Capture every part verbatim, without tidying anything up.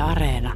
Areena.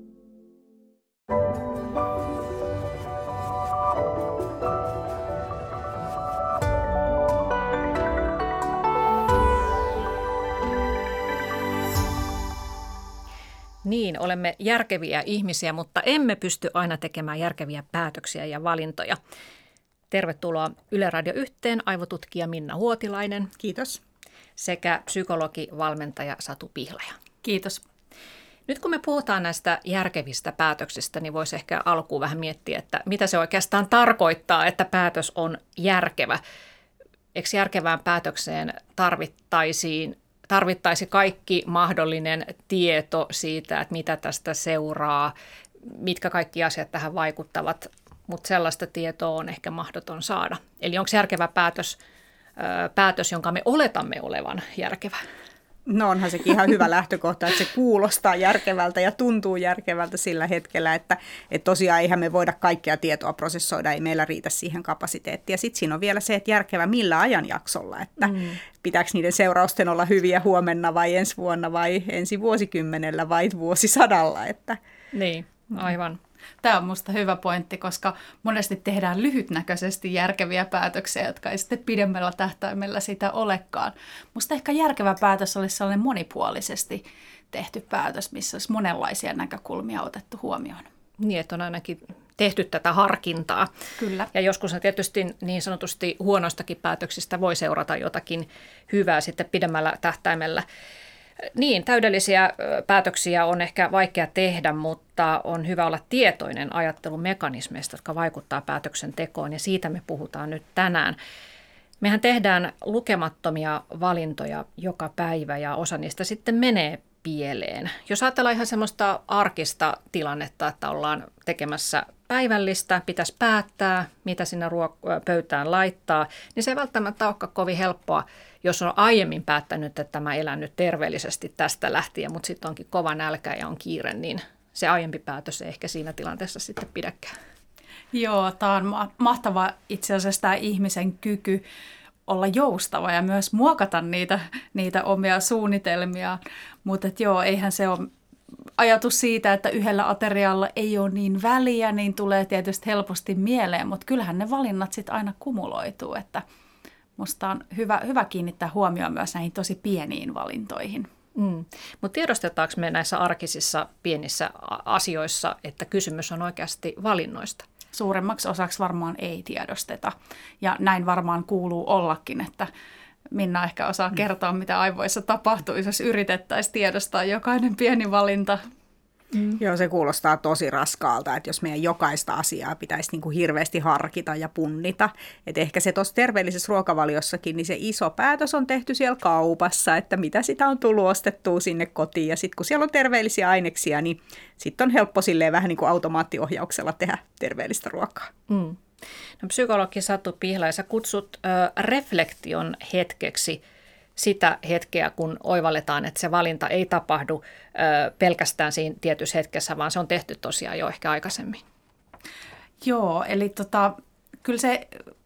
Niin, olemme järkeviä ihmisiä, mutta emme pysty aina tekemään järkeviä päätöksiä ja valintoja. Tervetuloa Yle Radio Yhteen aivotutkija Minna Huotilainen. Kiitos. Sekä psykologi, valmentaja Satu Pihlaja. Kiitos. Nyt kun me puhutaan näistä järkevistä päätöksistä, niin voisi ehkä alkuun vähän miettiä, että mitä se oikeastaan tarkoittaa, että päätös on järkevä. Eikö järkevään päätökseen tarvittaisiin, tarvittaisi kaikki mahdollinen tieto siitä, että mitä tästä seuraa, mitkä kaikki asiat tähän vaikuttavat, mutta sellaista tietoa on ehkä mahdoton saada. Eli onko järkevä päätös päätös, jonka me oletamme olevan järkevä? No onhan sekin ihan hyvä lähtökohta, että se kuulostaa järkevältä ja tuntuu järkevältä sillä hetkellä, että, että tosiaan eihän me voida kaikkea tietoa prosessoida, ei meillä riitä siihen kapasiteettia. Sitten siinä on vielä se, että järkevä millä ajanjaksolla, että mm. pitääkö niiden seurausten olla hyviä huomenna vai ensi vuonna vai ensi vuosikymmenellä vai vuosisadalla. Että. Niin, aivan. Tämä on minusta hyvä pointti, koska monesti tehdään lyhytnäköisesti järkeviä päätöksiä, jotka ei sitten pidemmällä tähtäimellä sitä olekaan. Minusta ehkä järkevä päätös olisi sellainen monipuolisesti tehty päätös, missä olisi monenlaisia näkökulmia otettu huomioon. Niin, että on ainakin tehty tätä harkintaa. Kyllä. Ja joskus tietysti niin sanotusti huonoistakin päätöksistä voi seurata jotakin hyvää sitten pidemmällä tähtäimellä. Niin, täydellisiä päätöksiä on ehkä vaikea tehdä, mutta on hyvä olla tietoinen ajattelumekanismeista, jotka vaikuttaa päätöksentekoon, ja siitä me puhutaan nyt tänään. Mehän tehdään lukemattomia valintoja joka päivä, ja osa niistä sitten menee pieleen. Jos ajatellaan ihan semmoista arkista tilannetta, että ollaan tekemässä päivällistä, pitäisi päättää, mitä sinne ruok- pöytään laittaa, niin se ei välttämättä olekaan kovin helppoa, jos on aiemmin päättänyt, että mä elän nyt terveellisesti tästä lähtien, mutta sitten onkin kova nälkä ja on kiire, niin se aiempi päätös ei ehkä siinä tilanteessa sitten pidäkään. Joo, tämä on ma- mahtava itse asiassa tämä ihmisen kyky olla joustava ja myös muokata niitä, niitä omia suunnitelmia, mutta joo, eihän se ole ajatus siitä, että yhdellä aterialla ei ole niin väliä, niin tulee tietysti helposti mieleen, mutta kyllähän ne valinnat sitten aina kumuloituu, että musta on hyvä, hyvä kiinnittää huomioon myös näihin tosi pieniin valintoihin. Mm. Mutta tiedostetaanko me näissä arkisissa pienissä asioissa, että kysymys on oikeasti valinnoista? Suuremmaksi osaksi varmaan ei tiedosteta, ja näin varmaan kuuluu ollakin, että Minna ehkä osaa kertoa, mitä aivoissa tapahtuisi, jos yritettäisiin tiedostaa jokainen pieni valinta. Mm. Joo, se kuulostaa tosi raskaalta, että jos meidän jokaista asiaa pitäisi niin kuin hirveästi harkita ja punnita. Että ehkä se tuossa terveellisessä ruokavaliossakin, niin se iso päätös on tehty siellä kaupassa, että mitä sitä on tullut ostettua sinne kotiin. Ja sitten kun siellä on terveellisiä aineksia, niin sitten on helppo silleen vähän niin kuin automaattiohjauksella tehdä terveellistä ruokaa. Mm. No, psykologi Satu Pihlaja, sä kutsut ö, reflektion hetkeksi sitä hetkeä, kun oivalletaan, että se valinta ei tapahdu ö, pelkästään siinä tietyssä hetkessä, vaan se on tehty tosiaan jo ehkä aikaisemmin. Joo, eli tota, kyllä se,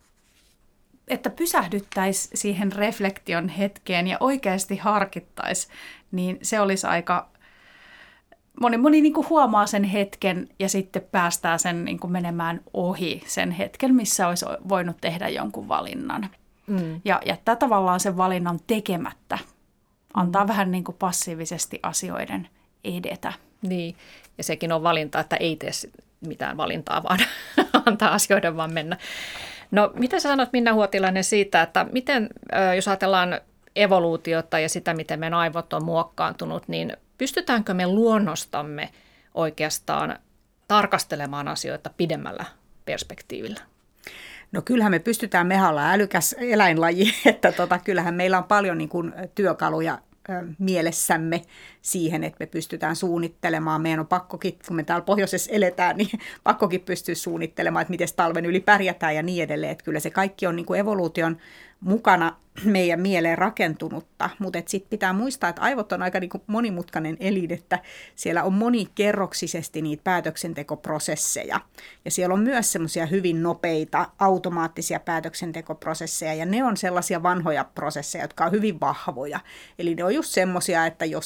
että pysähdyttäisiin siihen reflektion hetkeen ja oikeasti harkittaisiin, niin se olisi aika. Moni, moni niin kuin huomaa sen hetken ja sitten päästää sen niin kuin menemään ohi sen hetken, missä olisi voinut tehdä jonkun valinnan. Mm. Ja jättää tavallaan sen valinnan tekemättä. Antaa mm. vähän niin kuin passiivisesti asioiden edetä. Niin, ja sekin on valinta, että ei tee mitään valintaa, vaan antaa asioiden vaan mennä. No, mitä sä sanot, Minna Huotilainen, siitä, että miten, jos ajatellaan evoluutiota ja sitä, miten meidän aivot on muokkaantunut, niin pystytäänkö me luonnostamme oikeastaan tarkastelemaan asioita pidemmällä perspektiivillä? No kyllähän me pystytään, mehän ollaan älykäs eläinlaji, että tota, kyllähän meillä on paljon niin kuin työkaluja ö, mielessämme siihen, että me pystytään suunnittelemaan. Meidän on pakkokin, kun me täällä pohjoisessa eletään, niin pakkokin pystyy suunnittelemaan, että miten talven yli pärjätään ja niin edelleen. Että kyllä se kaikki on niin kuin evoluution mukana meidän mieleen rakentunutta, mutta sitten pitää muistaa, että aivot on aika niinku monimutkainen elin, että siellä on monikerroksisesti niitä päätöksentekoprosesseja ja siellä on myös semmoisia hyvin nopeita automaattisia päätöksentekoprosesseja ja ne on sellaisia vanhoja prosesseja, jotka on hyvin vahvoja. Eli ne on just semmoisia, että jos sut on opetettu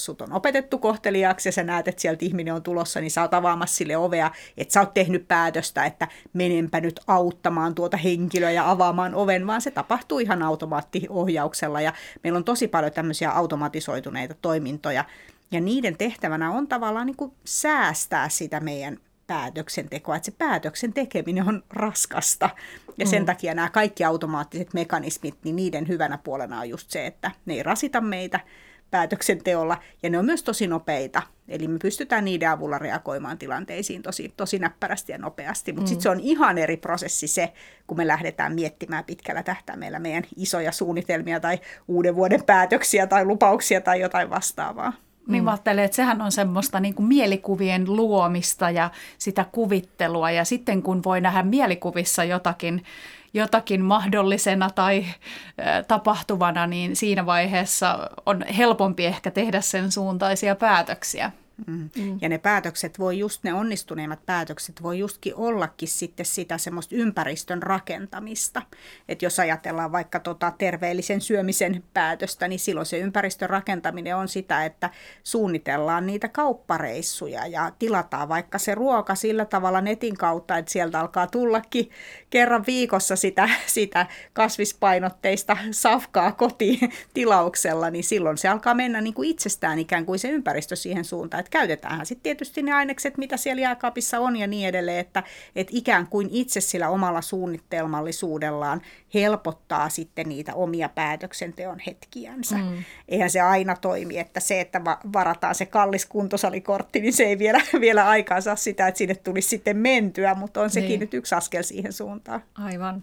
opetettu kohteliaaksi ja sä näet, että sieltä ihminen on tulossa, niin sä oot avaamassa sille ovea, että sä oot tehnyt päätöstä, että menenpä nyt auttamaan tuota henkilöä ja avaamaan oven, vaan se tapahtuu ihan automaattiohjauksella ja meillä on tosi paljon tämmöisiä automatisoituneita toimintoja ja niiden tehtävänä on tavallaan niin kuin säästää sitä meidän päätöksentekoa, että se päätöksen tekeminen on raskasta. Ja sen mm. takia nämä kaikki automaattiset mekanismit, niin niiden hyvänä puolena on just se, että ne ei rasita meitä päätöksenteolla, ja ne on myös tosi nopeita. Eli me pystytään niiden avulla reagoimaan tilanteisiin tosi, tosi näppärästi ja nopeasti. Mutta mm. sitten se on ihan eri prosessi se, kun me lähdetään miettimään pitkällä tähtäimellä meidän isoja suunnitelmia tai uuden vuoden päätöksiä tai lupauksia tai jotain vastaavaa. Niin mä ajattelen, että sehän on semmoista niin kuin mielikuvien luomista ja sitä kuvittelua. Ja sitten kun voi nähdä mielikuvissa jotakin, jotakin mahdollisena tai ä, tapahtuvana, niin siinä vaiheessa on helpompi ehkä tehdä sen suuntaisia päätöksiä. Mm. Ja ne päätökset voi just, ne onnistuneimmat päätökset voi justkin ollakin sitten sitä semmoista ympäristön rakentamista. Että jos ajatellaan vaikka tota terveellisen syömisen päätöstä, niin silloin se ympäristön rakentaminen on sitä, että suunnitellaan niitä kauppareissuja ja tilataan vaikka se ruoka sillä tavalla netin kautta, että sieltä alkaa tullakin kerran viikossa sitä, sitä kasvispainotteista safkaa kotiin tilauksella, niin silloin se alkaa mennä niin kuin itsestään ikään kuin se ympäristö siihen suuntaan. Käytetäänhän sitten tietysti ne ainekset, mitä siellä jääkaapissa on ja niin edelleen, että, että ikään kuin itse sillä omalla suunnitelmallisuudellaan helpottaa sitten niitä omia päätöksenteon hetkiänsä. Mm. Eihän se aina toimi, että se, että varataan se kallis kuntosalikortti, niin se ei vielä, vielä aikaansa sitä, että sinne tulisi sitten mentyä, mutta on sekin niin. nyt yksi askel siihen suuntaan. Aivan.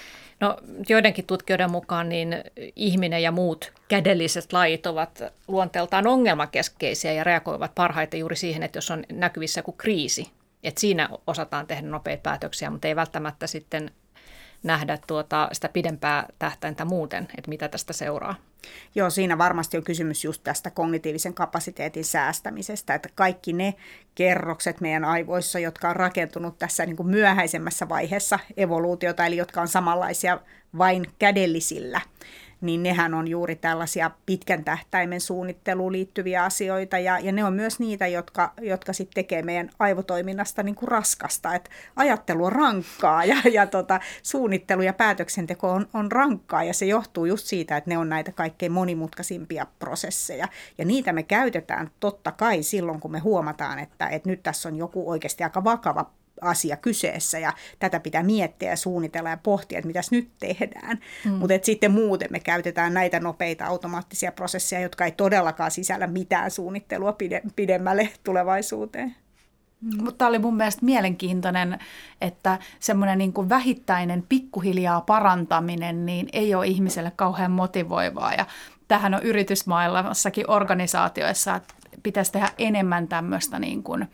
No joidenkin tutkijoiden mukaan niin ihminen ja muut kädelliset lajit ovat luonteeltaan ongelmakeskeisiä ja reagoivat parhaiten juuri siihen, että jos on näkyvissä joku kriisi. Että siinä osataan tehdä nopeita päätöksiä, mutta ei välttämättä sitten nähdä tuota, sitä pidempää tähtäintä muuten, että mitä tästä seuraa. Joo, siinä varmasti on kysymys just tästä kognitiivisen kapasiteetin säästämisestä, että kaikki ne kerrokset meidän aivoissa, jotka on rakentunut tässä niin kuin myöhäisemmässä vaiheessa evoluutiota, eli jotka on samanlaisia vain kädellisillä, niin nehän on juuri tällaisia pitkän tähtäimen suunnitteluun liittyviä asioita, ja, ja ne on myös niitä, jotka, jotka sitten tekee meidän aivotoiminnasta niin kuin raskasta, että ajattelu on rankkaa, ja, ja tota, suunnittelu ja päätöksenteko on, on rankkaa, ja se johtuu just siitä, että ne on näitä kaikkein monimutkaisimpia prosesseja, ja niitä me käytetään totta kai silloin, kun me huomataan, että, että nyt tässä on joku oikeasti aika vakava asia kyseessä ja tätä pitää miettiä ja suunnitella ja pohtia, että mitäs nyt tehdään. Mm. Mutta sitten muuten me käytetään näitä nopeita automaattisia prosesseja, jotka ei todellakaan sisällä mitään suunnittelua pide, pidemmälle tulevaisuuteen. Mm. Mutta tämä oli mun mielestä mielenkiintoinen, että semmoinen niin kuin vähittäinen pikkuhiljaa parantaminen niin ei ole ihmiselle kauhean motivoivaa. Ja tähän on yritysmaailmassakin organisaatioissa, että pitäisi tehdä enemmän tämmöistä niin kuin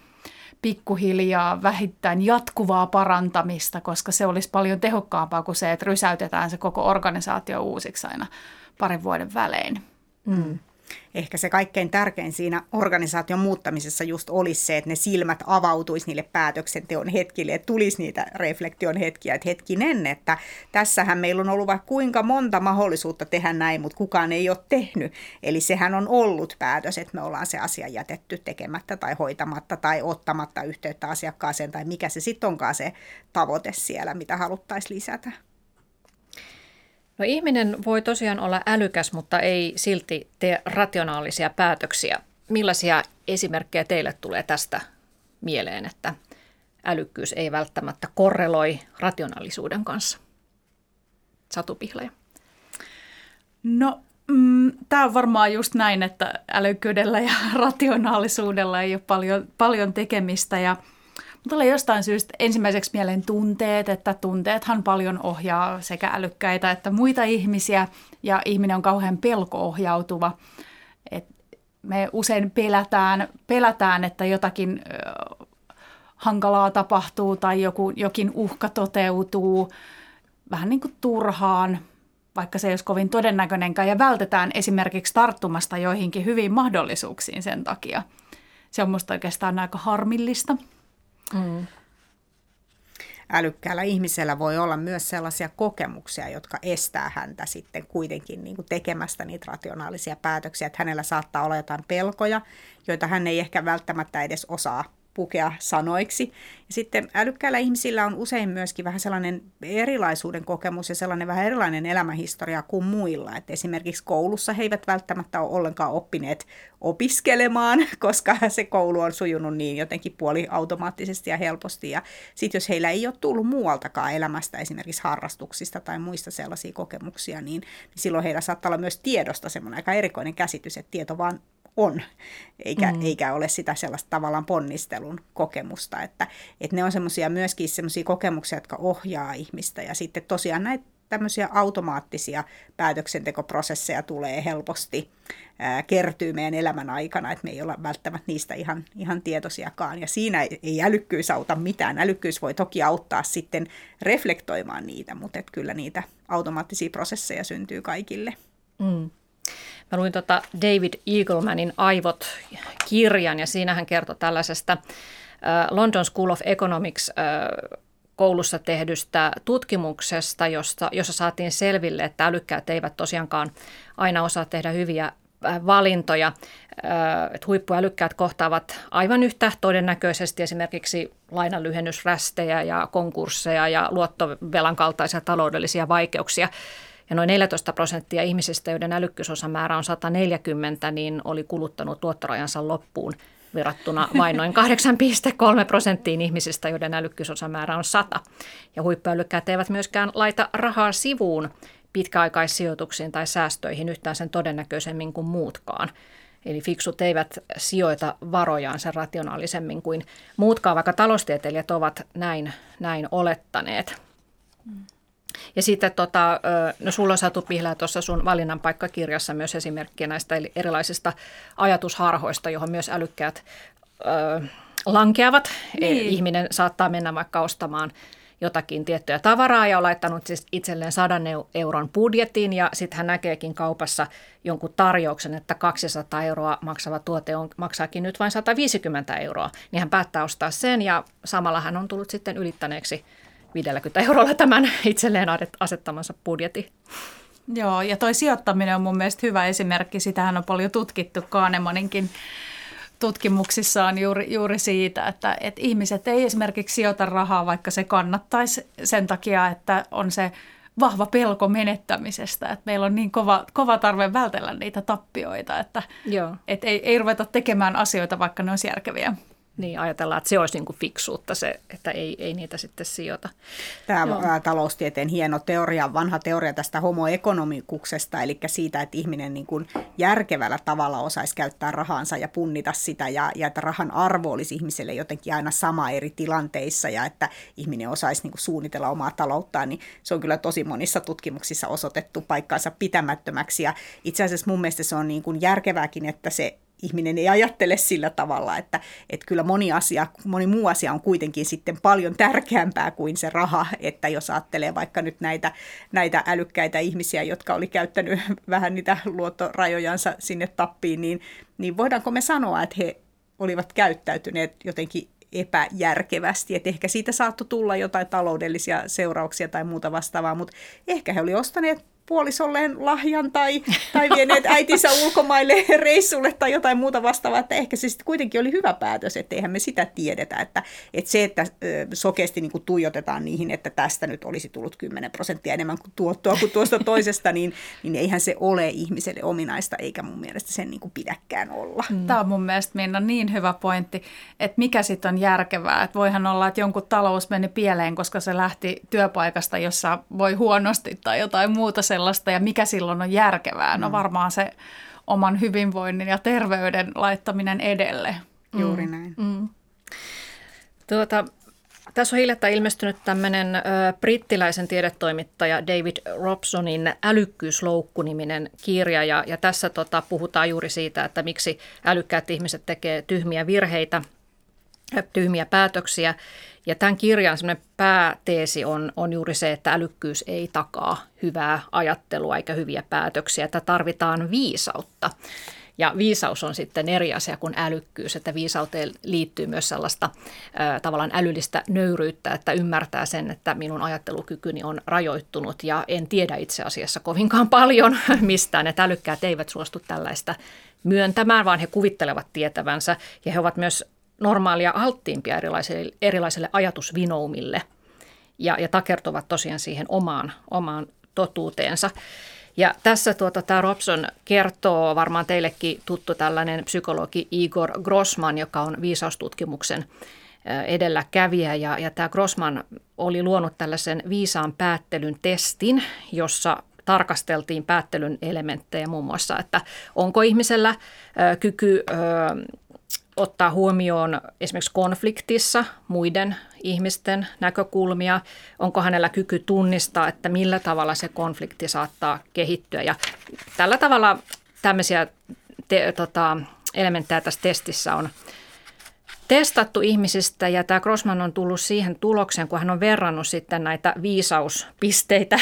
pikkuhiljaa vähittäin jatkuvaa parantamista, koska se olisi paljon tehokkaampaa kuin se, että rysäytetään se koko organisaatio uusiksi aina parin vuoden välein. Mm. Ehkä se kaikkein tärkein siinä organisaation muuttamisessa just olisi se, että ne silmät avautuisi niille päätöksenteon hetkille, että tulisi niitä reflektion hetkiä, että hetkinen, että tässähän meillä on ollut vaikka kuinka monta mahdollisuutta tehdä näin, mutta kukaan ei ole tehnyt. Eli sehän on ollut päätös, että me ollaan se asia jätetty tekemättä tai hoitamatta tai ottamatta yhteyttä asiakkaaseen tai mikä se sitten onkaan se tavoite siellä, mitä haluttaisiin lisätä. No ihminen voi tosiaan olla älykäs, mutta ei silti tee rationaalisia päätöksiä. Millaisia esimerkkejä teille tulee tästä mieleen, että älykkyys ei välttämättä korreloi rationaalisuuden kanssa? Satu Pihlaja. No mm, tämä on varmaan just näin, että älykkyydellä ja rationaalisuudella ei ole paljon, paljon tekemistä ja tulee jostain syystä ensimmäiseksi mieleen tunteet, että tunteethan paljon ohjaa sekä älykkäitä että muita ihmisiä ja ihminen on kauhean pelko-ohjautuva. Et me usein pelätään, pelätään, että jotakin ö, hankalaa tapahtuu tai joku, jokin uhka toteutuu vähän niin kuin turhaan, vaikka se ei olisi kovin todennäköinenkään ja vältetään esimerkiksi tarttumasta joihinkin hyviin mahdollisuuksiin sen takia. Se on musta oikeastaan aika harmillista. Mm. älykkäällä ihmisellä voi olla myös sellaisia kokemuksia, jotka estää häntä sitten kuitenkin niin kuin tekemästä niitä rationaalisia päätöksiä, että hänellä saattaa olla jotain pelkoja, joita hän ei ehkä välttämättä edes osaa pukea sanoiksi. Ja sitten älykkäillä ihmisillä on usein myöskin vähän sellainen erilaisuuden kokemus ja sellainen vähän erilainen elämähistoria kuin muilla. Että esimerkiksi koulussa he eivät välttämättä ole ollenkaan oppineet opiskelemaan, koska se koulu on sujunut niin jotenkin puoliautomaattisesti ja helposti. Ja sitten jos heillä ei ole tullut muualtakaan elämästä, esimerkiksi harrastuksista tai muista sellaisia kokemuksia, niin, niin silloin heillä saattaa olla myös tiedosta semmoinen aika erikoinen käsitys, että tieto vaan on, eikä, mm. eikä ole sitä sellaista tavallaan ponnistelun kokemusta, että, että ne on semmoisia myöskin semmoisia kokemuksia, jotka ohjaa ihmistä, ja sitten tosiaan näitä tämmöisiä automaattisia päätöksentekoprosesseja tulee helposti ää, kertyy meidän elämän aikana, että me ei olla välttämättä niistä ihan, ihan tietoisiakaan, ja siinä ei, ei älykkyys auta mitään. Älykkyys voi toki auttaa sitten reflektoimaan niitä, mutta et kyllä niitä automaattisia prosesseja syntyy kaikille. Mm. Mä luin tota David Eaglemanin Aivot-kirjan, ja siinä hän kertoi tällaisesta London School of Economics koulussa tehdystä tutkimuksesta, josta, jossa saatiin selville, että älykkäät eivät tosiaankaan aina osaa tehdä hyviä valintoja. Että huippuälykkäät kohtaavat aivan yhtä todennäköisesti esimerkiksi lainanlyhennysrästejä ja konkursseja ja luottovelan kaltaisia taloudellisia vaikeuksia. Ja noin neljätoista prosenttia ihmisistä, joiden älykkyysosamäärä on sata neljäkymmentä, niin oli kuluttanut luottorajansa loppuun verrattuna vain noin kahdeksan pilkku kolme prosenttiin ihmisistä, joiden älykkyysosamäärä on sata. Ja huippuälykkäät eivät myöskään laita rahaa sivuun pitkäaikaissijoituksiin tai säästöihin yhtään sen todennäköisemmin kuin muutkaan. Eli fiksut eivät sijoita varojaan sen rationaalisemmin kuin muutkaan, vaikka taloustieteilijät ovat näin, näin olettaneet. Mm. Ja sitten tota, no sulla on Satu Pihlä tuossa sun valinnanpaikkakirjassa myös esimerkkiä näistä erilaisista ajatusharhoista, johon myös älykkäät ö, lankeavat. Niin. Ihminen saattaa mennä vaikka ostamaan jotakin tiettyä tavaraa ja on laittanut siis itselleen sadan euron budjetin, ja sitten hän näkeekin kaupassa jonkun tarjouksen, että kaksisataa euroa maksava tuote on, maksaakin nyt vain sata viisikymmentä euroa. Niin hän päättää ostaa sen, ja samalla hän on tullut sitten ylittäneeksi viidelläkymmenellä eurolla tämän itselleen asettamansa budjetin. Joo, ja toi sijoittaminen on mun mielestä hyvä esimerkki. Sitähän on paljon tutkittu Kahnemaninkin tutkimuksissaan juuri, juuri siitä, että, että ihmiset ei esimerkiksi sijoita rahaa, vaikka se kannattaisi sen takia, että on se vahva pelko menettämisestä. Että meillä on niin kova, kova tarve vältellä niitä tappioita, että, että ei, ei ruveta tekemään asioita, vaikka ne olisi järkeviä. Niin, ajatellaan, että se olisi niin kuin fiksuutta, se, että ei, ei niitä sitten sijoita. Tämä Joo. taloustieteen hieno teoria, vanha teoria tästä homo economicuksesta, eli siitä, että ihminen niin kuin järkevällä tavalla osaisi käyttää rahansa ja punnita sitä, ja, ja että rahan arvo olisi ihmiselle jotenkin aina sama eri tilanteissa, ja että ihminen osaisi niin kuin suunnitella omaa talouttaan, niin se on kyllä tosi monissa tutkimuksissa osoitettu paikkaansa pitämättömäksi, ja itse asiassa mun mielestä se on niin kuin järkevääkin, että se ihminen ei ajattele sillä tavalla, että, että kyllä moni, asia, moni muu asia on kuitenkin sitten paljon tärkeämpää kuin se raha, että jos ajattelee vaikka nyt näitä, näitä älykkäitä ihmisiä, jotka oli käyttänyt vähän niitä luottorajojansa sinne tappiin, niin, niin voidaanko me sanoa, että he olivat käyttäytyneet jotenkin epäjärkevästi, että ehkä siitä saattoi tulla jotain taloudellisia seurauksia tai muuta vastaavaa, mutta ehkä he oli ostaneet puolisolleen lahjan tai, tai vieneet äitinsä ulkomaille reissulle tai jotain muuta vastaavaa, että ehkä se sitten kuitenkin oli hyvä päätös, että eihän me sitä tiedetä, että, että se, että sokeasti niin kuin tuijotetaan niihin, että tästä nyt olisi tullut kymmenen prosenttia enemmän kuin tuottoa kuin tuosta toisesta, niin, niin eihän se ole ihmiselle ominaista, eikä mun mielestä sen niin kuin pidäkään olla. Tämä on mun mielestä, Minna, niin hyvä pointti, että mikä sitten on järkevää, että voihan olla, että jonkun talous meni pieleen, koska se lähti työpaikasta, jossa voi huonosti tai jotain muuta sellaista, ja mikä silloin on järkevää. No varmaan se oman hyvinvoinnin ja terveyden laittaminen edelle. Juuri näin. Mm. Tuota, tässä on hiljattain ilmestynyt tämmöinen ö, brittiläisen tiedetoimittaja David Robsonin Älykkyysloukku-niminen kirja, ja, ja tässä tota, puhutaan juuri siitä, että miksi älykkäät ihmiset tekee tyhmiä virheitä, tyhmiä päätöksiä. Ja tämän kirjan semmoinen pääteesi on, on juuri se, että älykkyys ei takaa hyvää ajattelua eikä hyviä päätöksiä, että tarvitaan viisautta. Ja viisaus on sitten eri asia kuin älykkyys, että viisauteen liittyy myös sellaista ä, tavallaan älyllistä nöyryyttä, että ymmärtää sen, että minun ajattelukykyni on rajoittunut ja en tiedä itse asiassa kovinkaan paljon mistään, että älykkäät eivät suostu tällaista myöntämään, vaan he kuvittelevat tietävänsä ja he ovat myös normaalia alttiimpia erilaisille, erilaisille ajatusvinoumille ja, ja takertuvat tosiaan siihen omaan, omaan totuuteensa. Ja tässä tuota, tämä Robson kertoo, varmaan teillekin tuttu tällainen psykologi Igor Grossman, joka on viisaustutkimuksen edelläkävijä. Ja, ja tämä Grossman oli luonut tällaisen viisaan päättelyn testin, jossa tarkasteltiin päättelyn elementtejä muun muassa, että onko ihmisellä ö, kyky ö, ottaa huomioon esimerkiksi konfliktissa muiden ihmisten näkökulmia, onko hänellä kyky tunnistaa, että millä tavalla se konflikti saattaa kehittyä. Ja tällä tavalla tämmöisiä te, tota, elementtejä tässä testissä on testattu ihmisistä ja tämä Grossman on tullut siihen tulokseen, kun hän on verrannut sitten näitä viisauspisteitä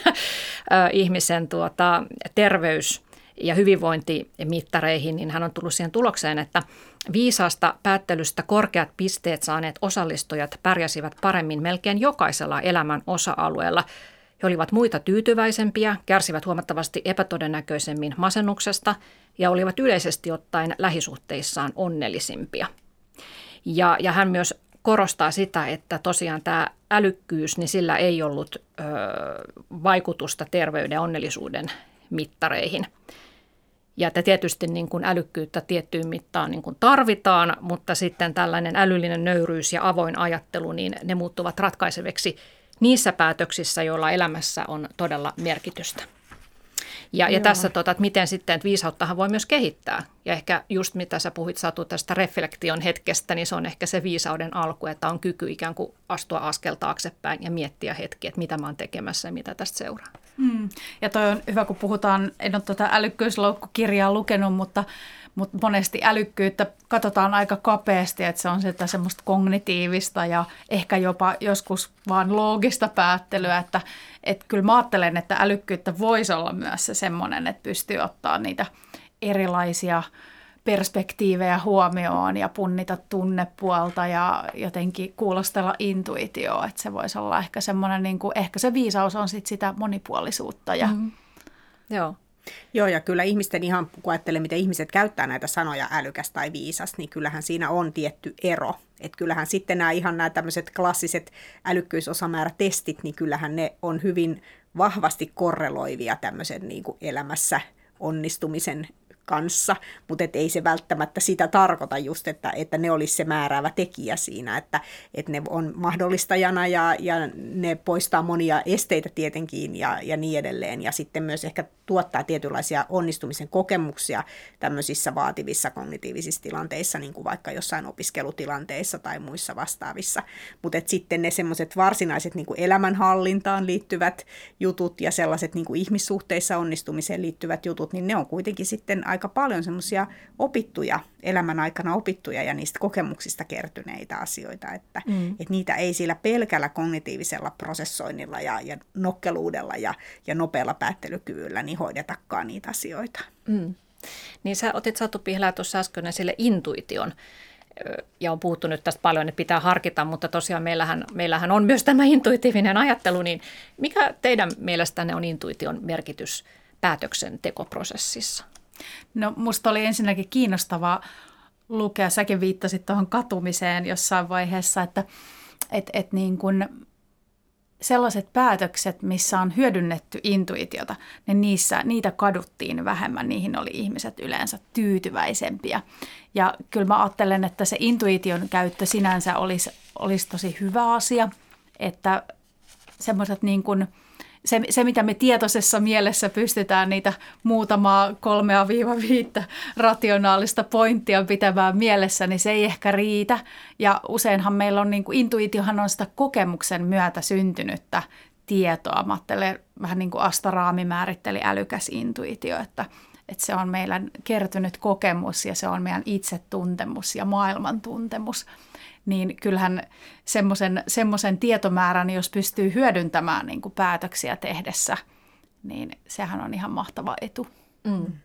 ihmisen tuota, terveys- ja hyvinvointimittareihin, niin hän on tullut siihen tulokseen, että viisaasta päättelystä korkeat pisteet saaneet osallistujat pärjäsivät paremmin melkein jokaisella elämän osa-alueella. He olivat muita tyytyväisempiä, kärsivät huomattavasti epätodennäköisemmin masennuksesta ja olivat yleisesti ottaen lähisuhteissaan onnellisimpia. Ja, ja hän myös korostaa sitä, että tosiaan tämä älykkyys, niin sillä ei ollut ö, vaikutusta terveyden ja onnellisuuden mittareihin. Ja että tietysti niin kuin älykkyyttä tiettyyn mittaan niin kuin tarvitaan, mutta sitten tällainen älyllinen nöyryys ja avoin ajattelu, niin ne muuttuvat ratkaiseviksi niissä päätöksissä, joilla elämässä on todella merkitystä. Ja, ja tässä, tota, että miten sitten, että viisauttahan voi myös kehittää. Ja ehkä just mitä sä puhuit, Satu, tästä reflektion hetkestä, niin se on ehkä se viisauden alku, että on kyky ikään kuin astua askel taaksepäin ja miettiä hetki, että mitä mä oon tekemässä ja mitä tästä seuraa. Hmm. Ja toi on hyvä, kun puhutaan, en ole tuota älykkyysloukkukirjaa lukenut, mutta, mutta monesti älykkyyttä katsotaan aika kapeasti, että se on sitä semmoista kognitiivista ja ehkä jopa joskus vaan loogista päättelyä, että, että kyllä mä ajattelen, että älykkyyttä voisi olla myös se semmoinen, että pystyy ottaa niitä erilaisia perspektiivejä huomioon ja punnita tunnepuolta ja jotenkin kuulostella intuitioon, että se voisi olla ehkä semmoinen, niin kuin, ehkä se viisaus on sit sitä monipuolisuutta. Ja... Mm. Joo. Joo, ja kyllä ihmisten ihan, kun ajattelee, miten ihmiset käyttää näitä sanoja älykäs tai viisas, niin kyllähän siinä on tietty ero. Että kyllähän sitten nämä ihan nämä tämmöiset klassiset älykkyysosamäärätestit, niin kyllähän ne on hyvin vahvasti korreloivia tämmöisen niin kuin elämässä onnistumisen kanssa, mutta et ei se välttämättä sitä tarkoita just, että, että ne olisi se määräävä tekijä siinä, että, että ne on mahdollistajana ja, ja ne poistaa monia esteitä tietenkin ja, ja niin edelleen. Ja sitten myös ehkä tuottaa tietynlaisia onnistumisen kokemuksia tämmöisissä vaativissa kognitiivisissa tilanteissa, niin kuin vaikka jossain opiskelutilanteissa tai muissa vastaavissa. Mutta sitten ne semmoiset varsinaiset niin kuin elämänhallintaan liittyvät jutut ja sellaiset niin kuin ihmissuhteissa onnistumiseen liittyvät jutut, niin ne on kuitenkin sitten aika paljon semmoisia opittuja, elämän aikana opittuja ja niistä kokemuksista kertyneitä asioita, että, mm. että niitä ei sillä pelkällä kognitiivisella prosessoinnilla ja, ja nokkeluudella ja, ja nopealla päättelykyvyllä niin hoidetakaan niitä asioita. Mm. Niin sä otit, Satu Pihlää, tuossa äsken esille intuition. Ja on puhuttu nyt tästä paljon, että pitää harkita, mutta tosiaan meillähän, meillähän on myös tämä intuitiivinen ajattelu. Niin mikä teidän mielestänne on intuition merkitys päätöksentekoprosessissa? No musta oli ensinnäkin kiinnostavaa lukea, säkin viittasit tuohon katumiseen jossain vaiheessa, että et, et niin kun sellaiset päätökset, missä on hyödynnetty intuitiota, niin niissä, niitä kaduttiin vähemmän, niihin oli ihmiset yleensä tyytyväisempiä. Ja kyllä mä ajattelen, että se intuition käyttö sinänsä olisi, olisi tosi hyvä asia, että semmoiset niin kuin Se, se, mitä me tietoisessa mielessä pystytään niitä muutamaa kolmea viiva viittä rationaalista pointtia pitämään mielessä, niin se ei ehkä riitä. Ja useinhan meillä on, niin kuin, intuitiohan on sitä kokemuksen myötä syntynyttä tietoa. Mä ajattelen, vähän niin kuin Asta Raami määritteli älykäs intuitio, että, että se on meidän kertynyt kokemus ja se on meidän itsetuntemus ja maailmantuntemus. Niin kyllähän semmoisen, semmoisen tietomäärän, jos pystyy hyödyntämään niin kuin päätöksiä tehdessä, niin sehän on ihan mahtava etu. Mm.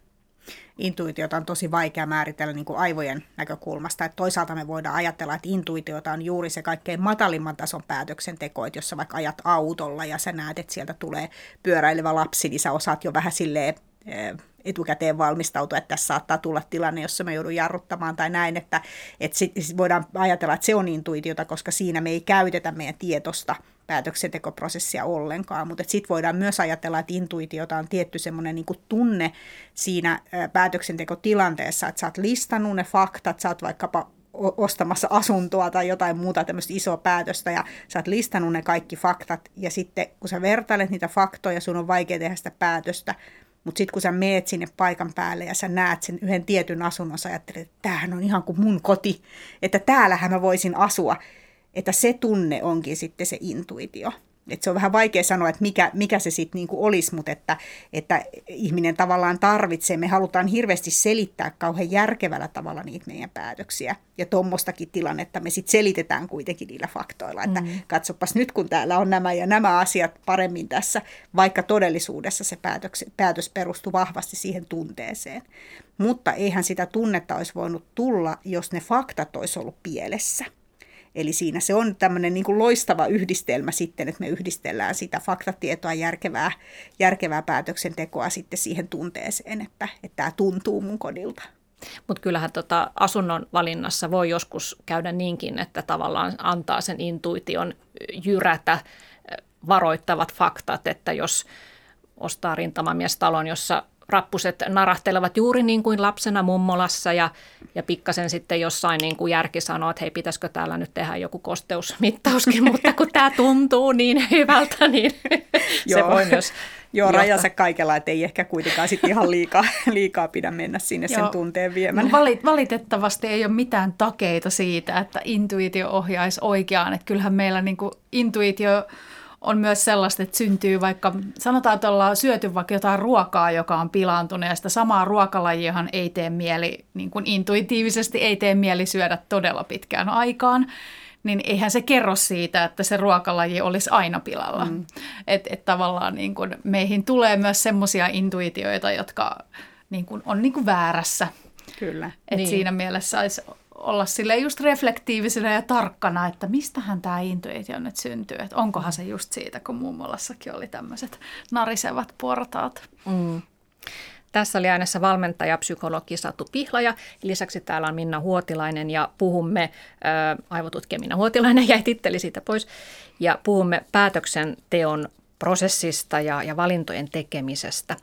Intuitiota on tosi vaikea määritellä niin kuin aivojen näkökulmasta. Että toisaalta me voidaan ajatella, että intuitiota on juuri se kaikkein matalimman tason päätöksenteko, että jos sä vaikka ajat autolla ja sä näet, että sieltä tulee pyöräilevä lapsi, niin sä osaat jo vähän silleen etukäteen valmistautua, että tässä saattaa tulla tilanne, jossa me joudun jarruttamaan tai näin, että, että sit, sit voidaan ajatella, että se on intuitiota, koska siinä me ei käytetä meidän tietosta päätöksentekoprosessia ollenkaan, mutta sitten voidaan myös ajatella, että intuitiota on tietty semmoinen niin kuin tunne siinä päätöksentekotilanteessa, että sä oot listannut ne faktat, sä oot vaikkapa ostamassa asuntoa tai jotain muuta tämmöistä isoa päätöstä ja sä oot listannut ne kaikki faktat ja sitten kun sä vertailet niitä faktoja, sun on vaikea tehdä sitä päätöstä, mutta sitten kun sä meet sinne paikan päälle ja sä näet sen yhden tietyn asunnon, sä ajattelet, että tämähän on ihan kuin mun koti, että täällähän mä voisin asua, että se tunne onkin sitten se intuitio. Että se on vähän vaikea sanoa, että mikä, mikä se sitten niinku olisi, mutta että, että ihminen tavallaan tarvitsee. Me halutaan hirveästi selittää kauhean järkevällä tavalla niitä meidän päätöksiä. Ja tuommoistakin tilannetta me sitten selitetään kuitenkin niillä faktoilla, että mm. katsopas nyt kun täällä on nämä ja nämä asiat paremmin tässä, vaikka todellisuudessa se päätöks, päätös perustuu vahvasti siihen tunteeseen. Mutta eihän sitä tunnetta olisi voinut tulla, jos ne faktat olisi ollut pielessä. Eli siinä se on tämmöinen niin kuin loistava yhdistelmä sitten, että me yhdistellään sitä faktatietoa, järkevää, järkevää päätöksentekoa sitten siihen tunteeseen, että, että tämä tuntuu mun kodilta. Mutta kyllähän tota asunnon valinnassa voi joskus käydä niinkin, että tavallaan antaa sen intuition jyrätä varoittavat faktat, että jos ostaa rintamamiestalon, jossa rappuset narahtelevat juuri niin kuin lapsena mummolassa ja, ja pikkasen sitten jossain niin kuin järki sanoo, että hei, pitäisikö täällä nyt tehdä joku kosteusmittauskin, mutta kun tämä tuntuu niin hyvältä, niin se voi myös Joo, rajansa kaikella, että ei ehkä kuitenkaan sitten ihan liikaa, liikaa pidä mennä sinne sen tunteen viemään. No, valitettavasti ei ole mitään takeita siitä, että intuitio ohjaisi oikeaan. Että kyllähän meillä niin kuin intuitio on myös sellaista, että syntyy vaikka, sanotaan, että ollaan syöty vaikka jotain ruokaa, joka on pilaantunut, ja sitä samaa ruokalajiahan ei tee mieli, niin kuin intuitiivisesti ei tee mieli syödä todella pitkään aikaan, niin eihän se kerro siitä, että se ruokalaji olisi aina pilalla. Mm. Että et tavallaan niin kuin meihin tulee myös semmoisia intuitioita, jotka niin kuin on niin kuin väärässä. Kyllä. Että niin. Siinä mielessä olisi olla silleen just reflektiivisena ja tarkkana, että mistähän tämä intuitio nyt syntyy. Että onkohan se just siitä, kun mummolassakin oli tämmöiset narisevat portaat. Mm. Tässä oli äänessä valmentaja, psykologi Satu Pihlaja. Lisäksi täällä on Minna Huotilainen ja puhumme, ää, aivotutkija Minna Huotilainen jäi titteli siitä pois, ja puhumme päätöksenteon prosessista ja, ja valintojen tekemisestä.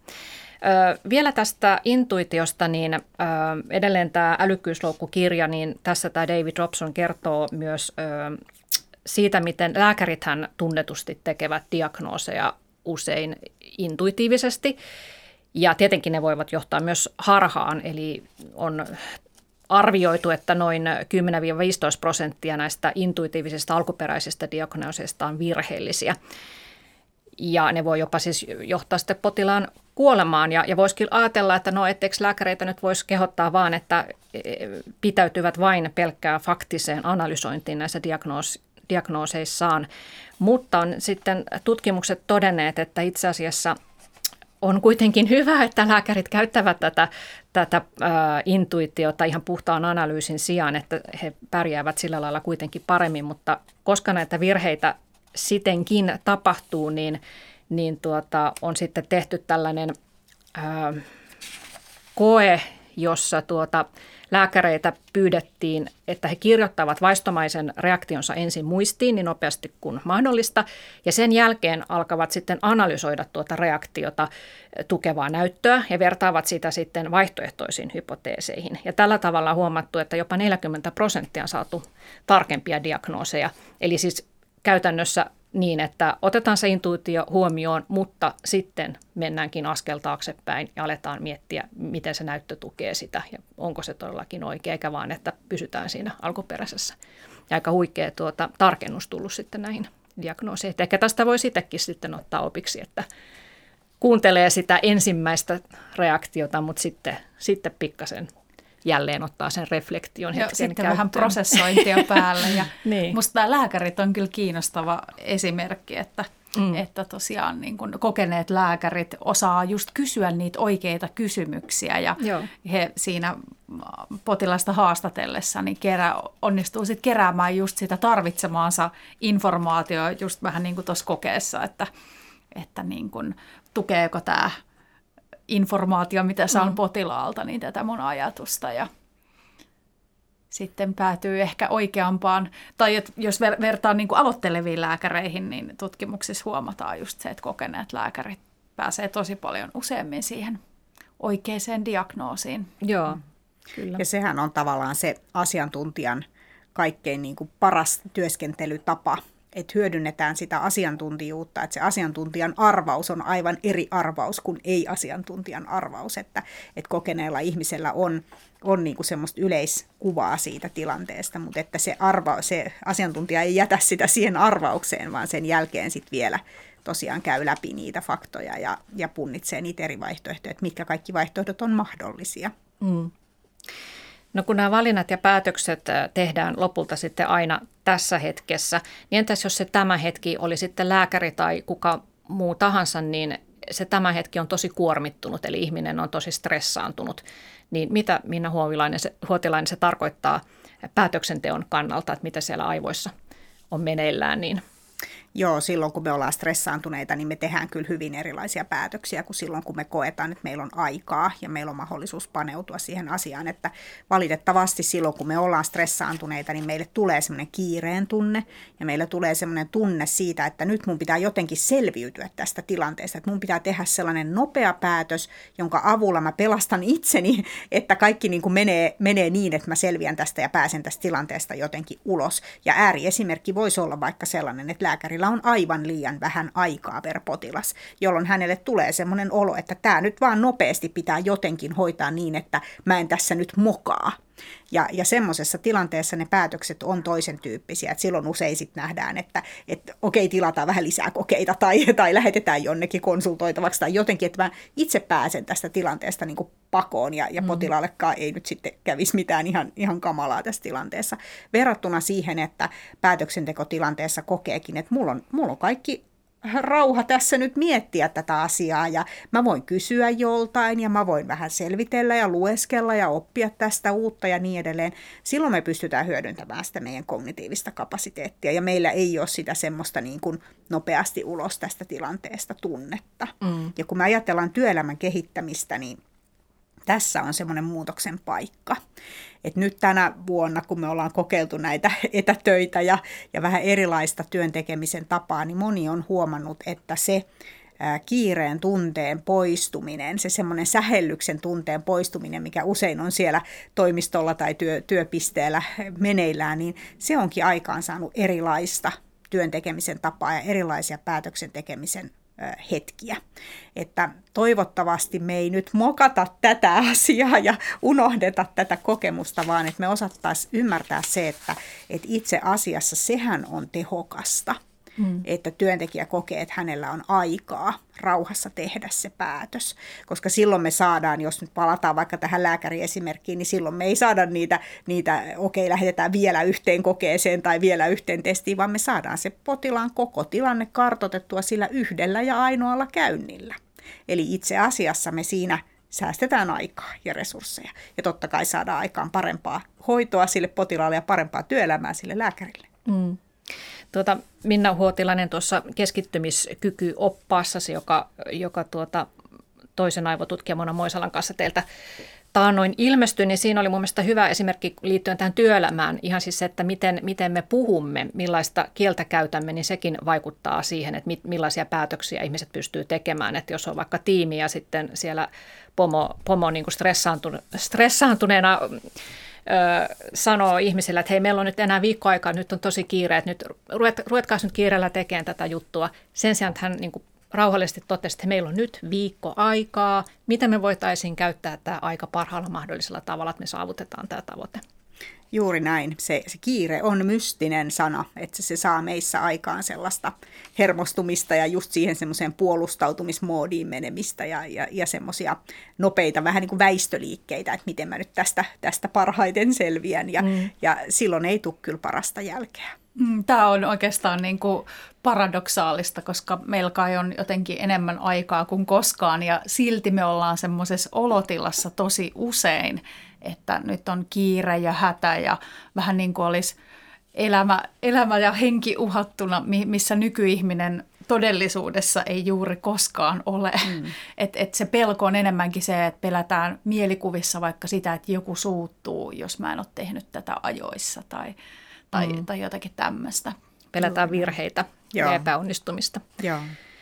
Ö, vielä tästä intuitiosta, niin ö, edelleen tämä Älykkyysloukku-kirja, niin tässä tämä David Robson kertoo myös ö, siitä, miten lääkärithän tunnetusti tekevät diagnooseja usein intuitiivisesti. Ja tietenkin ne voivat johtaa myös harhaan, eli on arvioitu, että noin kymmenen viisitoista prosenttia näistä intuitiivisista alkuperäisistä diagnooseista on virheellisiä. Ja ne voi jopa siis johtaa sitten potilaan kuolemaan. Ja, ja voisikin ajatella, että no etteikö lääkäreitä nyt voisi kehottaa vaan, että pitäytyvät vain pelkkää faktiseen analysointiin näissä diagnoos, diagnooseissaan. Mutta on sitten tutkimukset todenneet, että itse asiassa on kuitenkin hyvä, että lääkärit käyttävät tätä, tätä ää, intuitiota ihan puhtaan analyysin sijaan, että he pärjäävät sillä lailla kuitenkin paremmin, mutta koska näitä virheitä sitenkin tapahtuu, niin, niin tuota, on sitten tehty tällainen ää, koe, jossa tuota, lääkäreitä pyydettiin, että he kirjoittavat vaistomaisen reaktionsa ensin muistiin niin nopeasti kuin mahdollista, ja sen jälkeen alkavat sitten analysoida tuota reaktiota tukevaa näyttöä ja vertaavat sitä sitten vaihtoehtoisiin hypoteeseihin. Ja tällä tavalla on huomattu, että jopa neljäkymmentä prosenttia on saatu tarkempia diagnooseja, eli siis käytännössä niin, että otetaan se intuitio huomioon, mutta sitten mennäänkin askel taaksepäin ja aletaan miettiä, miten se näyttö tukee sitä ja onko se todellakin oikea, eikä vaan, että pysytään siinä alkuperäisessä. Ja aika huikea tuota, tarkennus tullut sitten näihin diagnooseihin. Ehkä tästä voi itsekin sitten ottaa opiksi, että kuuntelee sitä ensimmäistä reaktiota, mutta sitten, sitten pikkasen jälleen ottaa sen reflektion hetken sitten käyttöön. Vähän prosessointia päälle. Ja niin. Musta nämä lääkärit on kyllä kiinnostava esimerkki, että Mm. Että tosiaan niin kun kokeneet lääkärit osaa just kysyä niitä oikeita kysymyksiä ja Joo. he siinä potilasta haastatellessa niin kerää, onnistuu sitten keräämään just sitä tarvitsemaansa informaatiota just vähän niin kuin tuossa kokeessa, että, että niin kun, tukeeko tämä informaatio, mitä saan mm. potilaalta, niin tätä mun ajatusta ja sitten päätyy ehkä oikeampaan, tai jos ver- vertaa niin kuin aloitteleviin lääkäreihin, niin tutkimuksissa huomataan just se, että kokeneet lääkärit pääsee tosi paljon useammin siihen oikeaan diagnoosiin. Joo, kyllä. Ja sehän on tavallaan se asiantuntijan kaikkein niin kuin paras työskentelytapa, että hyödynnetään sitä asiantuntijuutta, että se asiantuntijan arvaus on aivan eri arvaus kuin ei-asiantuntijan arvaus, että, että kokeneella ihmisellä on, on niin kuin semmoista yleiskuvaa siitä tilanteesta, mutta että se, arva, se asiantuntija ei jätä sitä siihen arvaukseen, vaan sen jälkeen sitten vielä tosiaan käy läpi niitä faktoja ja, ja punnitsee niitä eri vaihtoehtoja, että mitkä kaikki vaihtoehdot on mahdollisia. Mm. No kun nämä valinnat ja päätökset tehdään lopulta sitten aina tässä hetkessä, niin entäs jos se tämä hetki oli sitten lääkäri tai kuka muu tahansa, niin se tämä hetki on tosi kuormittunut, eli ihminen on tosi stressaantunut. Niin mitä Minna Huotilainen se, Huotilainen se tarkoittaa päätöksenteon kannalta, että mitä siellä aivoissa on meneillään, niin Joo, silloin kun me ollaan stressaantuneita, niin me tehdään kyllä hyvin erilaisia päätöksiä kuin silloin, kun me koetaan, että meillä on aikaa ja meillä on mahdollisuus paneutua siihen asiaan. Että valitettavasti silloin, kun me ollaan stressaantuneita, niin meille tulee semmoinen kiireen tunne ja meille tulee semmoinen tunne siitä, että nyt mun pitää jotenkin selviytyä tästä tilanteesta. Että mun pitää tehdä sellainen nopea päätös, jonka avulla mä pelastan itseni, että kaikki niin kuin menee, menee niin, että mä selviän tästä ja pääsen tästä tilanteesta jotenkin ulos. Ja ääriesimerkki voisi olla vaikka sellainen, että lääkäri on aivan liian vähän aikaa per potilas, jolloin hänelle tulee semmoinen olo, että tämä nyt vaan nopeasti pitää jotenkin hoitaa niin, että mä en tässä nyt mokaa. Ja, ja semmoisessa tilanteessa ne päätökset on toisen tyyppisiä, että silloin usein sitten nähdään, että, että okei, tilataan vähän lisää kokeita tai, tai lähetetään jonnekin konsultoitavaksi tai jotenkin, että mä itse pääsen tästä tilanteesta niin kuin pakoon ja, ja potilaallekaan ei nyt sitten kävisi mitään ihan, ihan kamalaa tässä tilanteessa. Verrattuna siihen, että päätöksentekotilanteessa kokeekin, että mulla on, mulla on kaikki rauha tässä nyt miettiä tätä asiaa ja mä voin kysyä joltain ja mä voin vähän selvitellä ja lueskella ja oppia tästä uutta ja niin edelleen. Silloin me pystytään hyödyntämään sitä meidän kognitiivista kapasiteettia ja meillä ei ole sitä semmoista niin kuin nopeasti ulos tästä tilanteesta tunnetta. Mm. Ja kun me ajatellaan työelämän kehittämistä, niin tässä on semmoinen muutoksen paikka. Et nyt tänä vuonna, kun me ollaan kokeiltu näitä etätöitä ja, ja vähän erilaista työn tekemisen tapaa, niin moni on huomannut, että se ää, kiireen tunteen poistuminen, se semmoinen sähellyksen tunteen poistuminen, mikä usein on siellä toimistolla tai työ, työpisteellä meneillään, niin se onkin aikaan saanut erilaista työn tekemisen tapaa ja erilaisia päätöksen tekemisen hetkiä. Että toivottavasti me ei nyt mokata tätä asiaa ja unohdeta tätä kokemusta, vaan että me osattaisiin ymmärtää se, että, että itse asiassa sehän on tehokasta. Mm. Että työntekijä kokee, että hänellä on aikaa rauhassa tehdä se päätös. Koska silloin me saadaan, jos nyt palataan vaikka tähän lääkäriesimerkkiin, niin silloin me ei saada niitä, niitä okei, lähetetään vielä yhteen kokeeseen tai vielä yhteen testiin, vaan me saadaan se potilaan koko tilanne kartoitettua sillä yhdellä ja ainoalla käynnillä. Eli itse asiassa me siinä säästetään aikaa ja resursseja. Ja totta kai saadaan aikaan parempaa hoitoa sille potilaalle ja parempaa työelämää sille lääkärille. Mm. Tuota, Minna Huotilainen tuossa keskittymiskykyoppaassasi, joka, joka tuota, toisen aivotutkija Mona Moisalan kanssa teiltä taannoin ilmestyi, niin siinä oli mun mielestä hyvä esimerkki liittyen tähän työelämään. Ihan siis se, että miten, miten me puhumme, millaista kieltä käytämme, niin sekin vaikuttaa siihen, että millaisia päätöksiä ihmiset pystyy tekemään. Että jos on vaikka tiimi ja sitten siellä pomo, pomo niin kuin stressaantune, stressaantuneena Öö, sanoo ihmisille, että hei, meillä on nyt enää viikko aikaa, nyt on tosi kiire, että nyt ruvet, ruvetkaa nyt kiireellä tekemään tätä juttua. Sen sijaan, että hän niin kuin rauhallisesti totesi, että meillä on nyt viikko aikaa, miten me voitaisiin käyttää tämä aika parhaalla mahdollisella tavalla, että me saavutetaan tämä tavoite. Juuri näin. Se, se kiire on mystinen sana, että se, se saa meissä aikaan sellaista hermostumista ja just siihen semmoiseen puolustautumismoodiin menemistä ja, ja, ja semmoisia nopeita vähän niin kuin väistöliikkeitä, että miten mä nyt tästä, tästä parhaiten selviän ja, mm. ja silloin ei tule kyllä parasta jälkeä. Tämä on oikeastaan niin kuin paradoksaalista, koska meillä kai on jotenkin enemmän aikaa kuin koskaan ja silti me ollaan semmoisessa olotilassa tosi usein, että nyt on kiire ja hätä ja vähän niin kuin olisi elämä, elämä ja henki uhattuna, missä nykyihminen todellisuudessa ei juuri koskaan ole. Mm. Et, et se pelko on enemmänkin se, että pelätään mielikuvissa vaikka sitä, että joku suuttuu, jos mä en ole tehnyt tätä ajoissa tai, tai, mm. tai jotakin tämmöistä. Pelätään virheitä Joo. ja epäonnistumista. Joo.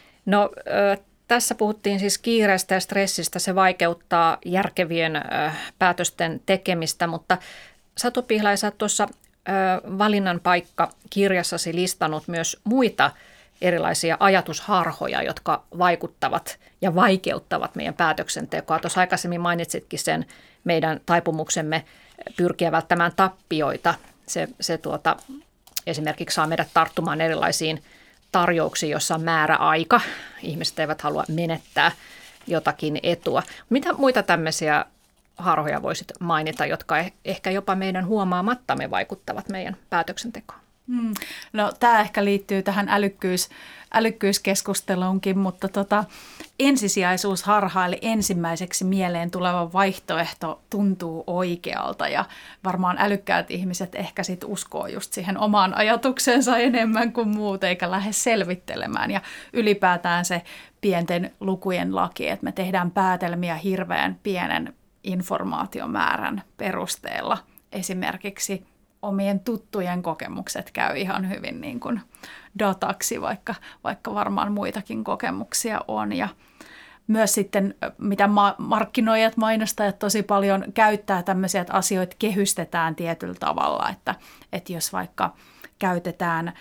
No tässä puhuttiin siis kiireestä ja stressistä. Se vaikeuttaa järkevien päätösten tekemistä, mutta Satu Pihlaja, tuossa Valinnan paikka -kirjassasi listannut myös muita erilaisia ajatusharhoja, jotka vaikuttavat ja vaikeuttavat meidän päätöksentekoa. Tuossa aikaisemmin mainitsitkin sen meidän taipumuksemme pyrkiä välttämään tappioita. Se, se tuota, esimerkiksi saa meidät tarttumaan erilaisiin tarjouksiin, jossa on määräaika. Ihmiset eivät halua menettää jotakin etua. Mitä muita tämmöisiä harhoja voisit mainita, jotka ehkä jopa meidän huomaamattamme vaikuttavat meidän päätöksentekoon? Hmm. No tämä ehkä liittyy tähän älykkyys, älykkyyskeskusteluunkin, mutta tota, ensisijaisuusharha eli ensimmäiseksi mieleen tuleva vaihtoehto tuntuu oikealta ja varmaan älykkäät ihmiset ehkä sit uskoo just siihen omaan ajatuksensa enemmän kuin muut eikä lähde selvittelemään ja ylipäätään se pienten lukujen laki, että me tehdään päätelmiä hirveän pienen informaatiomäärän perusteella esimerkiksi omien tuttujen kokemukset käy ihan hyvin niin kuin dataksi, vaikka, vaikka varmaan muitakin kokemuksia on. Ja myös sitten, mitä ma- markkinoijat, mainostajat tosi paljon käyttää tämmöisiä, että asioita kehystetään tietyllä tavalla, että, että jos vaikka käytetään